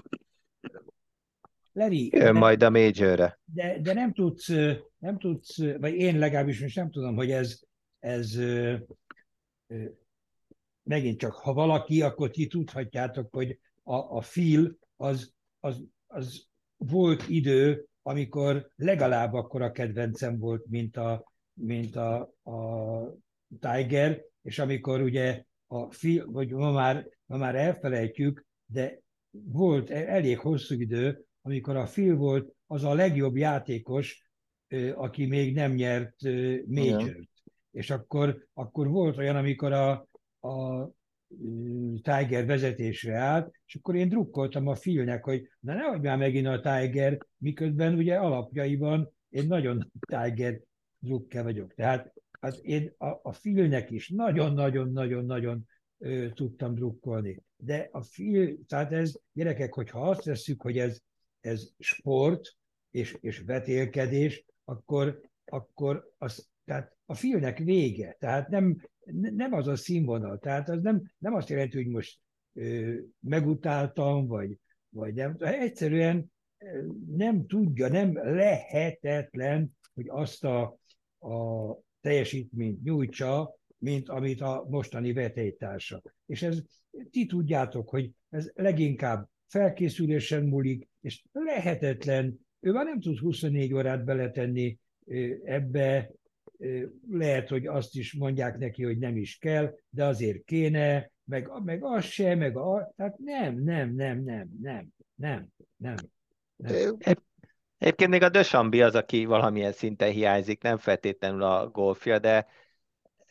Speaker 1: Leri,
Speaker 3: Jön
Speaker 1: de,
Speaker 3: majd a Majorre.
Speaker 1: de, de nem tudsz, nem tudsz, vagy én legalábbis most nem tudom, hogy ez, ez ö, ö, megint csak, ha valaki, akkor ti tudhatjátok, hogy a, a Phil az, az, az volt idő, amikor legalább akkora kedvencem volt, mint a, mint a, a Tiger, és amikor ugye a Phil, vagy ma már, ma már elfelejtjük, de volt elég hosszú idő, amikor a Phil volt az a legjobb játékos, aki még nem nyert
Speaker 2: Igen.
Speaker 1: majort. És akkor, akkor volt olyan, amikor a, a Tiger vezetésre állt, és akkor én drukkoltam a Philnek, hogy na nehogy már megint a Tiger, miközben ugye alapjaiban én nagyon Tiger drukker vagyok. Tehát az én a, a Philnek is nagyon-nagyon-nagyon-nagyon tudtam drukkolni. De a Phil, tehát ez, gyerekek, hogyha azt vesszük, hogy ez, ez sport és, és vetélkedés, akkor, akkor az, tehát a Philnek vége. Tehát nem, nem az a színvonal. Tehát az nem, nem azt jelenti, hogy most ö, megutáltam, vagy, vagy nem. Egyszerűen nem tudja, nem lehetetlen, hogy azt a, a teljesítményt nyújtsa, mint amit a mostani vetélytársa. És ez, ti tudjátok, hogy ez leginkább felkészülésen múlik, és lehetetlen, ő már nem tud huszonnégy órát beletenni ebbe, lehet, hogy azt is mondják neki, hogy nem is kell, de azért kéne, meg, meg az se, meg a, tehát nem, nem, nem, nem, nem, nem, nem, nem.
Speaker 3: Egyébként még a Döchambi az, aki valamilyen szinten hiányzik, nem feltétlenül a golfja, de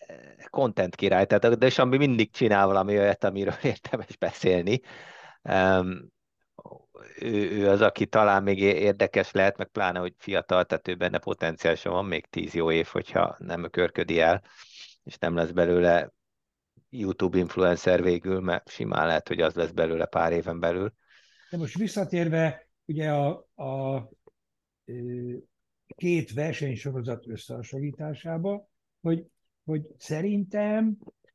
Speaker 3: content király, tehát a Deschamps mindig csinál valami olyat, amiről érdemes beszélni. Um, ő, ő az, aki talán még érdekes lehet, meg pláne, hogy fiatal, tehát ő benne potenciálisan van még tíz jó év, hogyha nem körködi el, és nem lesz belőle YouTube influencer végül, mert simán lehet, hogy az lesz belőle pár éven belül.
Speaker 1: De most visszatérve, ugye a, a, a két versenysorozat összehasonlításába, hogy, hogy szerintem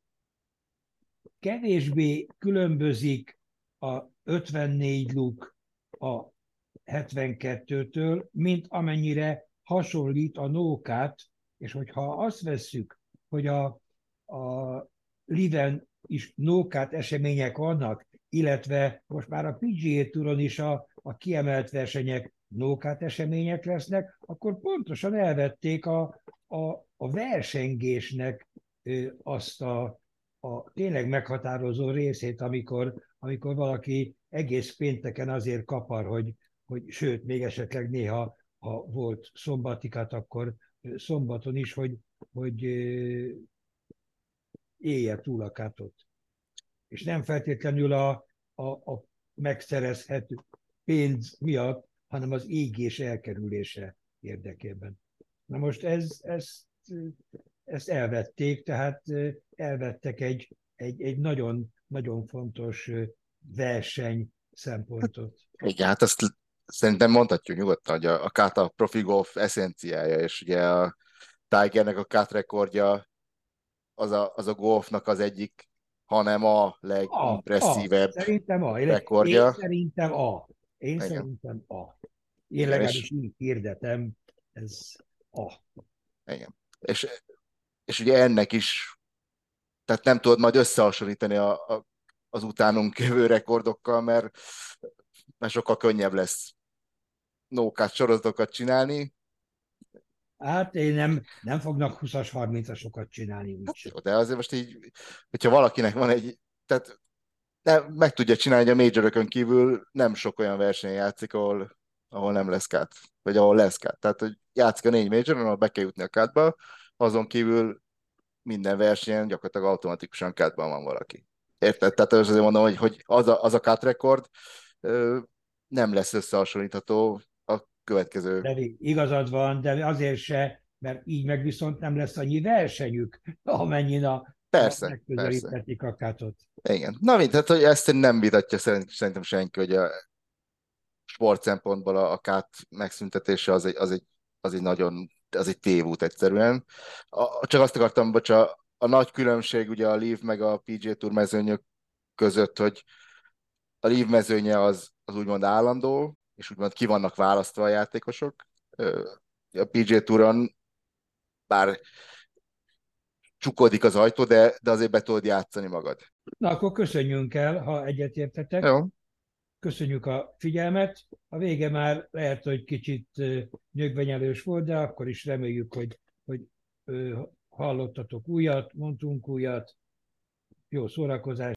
Speaker 1: kevésbé különbözik a ötvennégy luk a hetvenkettőtől, mint amennyire hasonlít a nókát, és hogyha azt vesszük, hogy a, a Liven is nókát események vannak, illetve most már a pé gé á Touron is a, a kiemelt versenyek nókát események lesznek, akkor pontosan elvették a, a, a versengésnek azt a, a tényleg meghatározó részét, amikor, amikor valaki egész pénteken azért kapar, hogy, hogy sőt, még esetleg néha, ha volt szombatikat, akkor szombaton is, hogy, hogy élje túl a kátot. És nem feltétlenül a, a, a megszerezhető pénz miatt, hanem az égés elkerülése érdekében. Na most ez, ezt, ezt elvették, tehát elvettek egy, egy, egy nagyon, nagyon fontos verseny szempontot.
Speaker 2: Igen, hát ezt szerintem mondhatjuk nyugodtan, hogy a, a kát a profi golf eszenciája, és ugye a Tigernek a kát rekordja az a, az a golfnak az egyik, hanem a
Speaker 1: A, a,
Speaker 2: legimpresszívebb
Speaker 1: szerintem a. Én
Speaker 2: rekordja.
Speaker 1: szerintem a. Én
Speaker 2: Igen.
Speaker 1: szerintem a. Én
Speaker 2: Igen,
Speaker 1: legalábbis
Speaker 2: és,
Speaker 1: így hirdetem, ez a.
Speaker 2: igen. És, és ugye ennek is, tehát nem tudod majd összehasonlítani a, a, az utánunk jövő rekordokkal, mert, mert sokkal könnyebb lesz nókát sorozatokat csinálni.
Speaker 1: Hát én nem, nem fognak húszas, harmincasokat csinálni
Speaker 2: Hát
Speaker 1: úgyse.
Speaker 2: jó, de azért most így, hogyha valakinek van egy, tehát nem, meg tudja csinálni, hogy a majorokon kívül nem sok olyan verseny játszik, ahol, ahol nem lesz kát, vagy ahol lesz kát. Tehát, hogy játszik a négy majoron, ahol be kell jutni a kátba, azon kívül minden versenyen gyakorlatilag automatikusan kátban van valaki. Érted? Tehát azért mondom, hogy, hogy az a, az a kát rekord ö, nem lesz összehasonlítható a következő.
Speaker 1: De igazad van, de azért se, mert így meg viszont nem lesz annyi versenyük, amennyin a, a
Speaker 2: Persze, persze.
Speaker 1: megközelíthetik a kátot.
Speaker 2: Igen. Na, mint, tehát, hogy ezt nem vitatja szerint, szerintem senki, hogy a sport szempontból a, a kát megszüntetése az egy, az egy, az egy nagyon, az egy tévút egyszerűen. A, csak azt akartam, bocsánat, a, a nagy különbség ugye a Live meg a pé gé Tour mezőnyök között, hogy a Live mezőnye az, az úgymond állandó, és úgymond ki vannak választva a játékosok. A pé gé Touron bár csukodik az ajtó, de, de azért be tudod játszani magad.
Speaker 1: Na akkor köszönjünk el, ha egyetértetek.
Speaker 2: Jó.
Speaker 1: Köszönjük a figyelmet. A vége már lehet, hogy kicsit nyögvenyelős volt, de akkor is reméljük, hogy, hogy hallottatok újat, mondtunk újat. Jó szórakozás!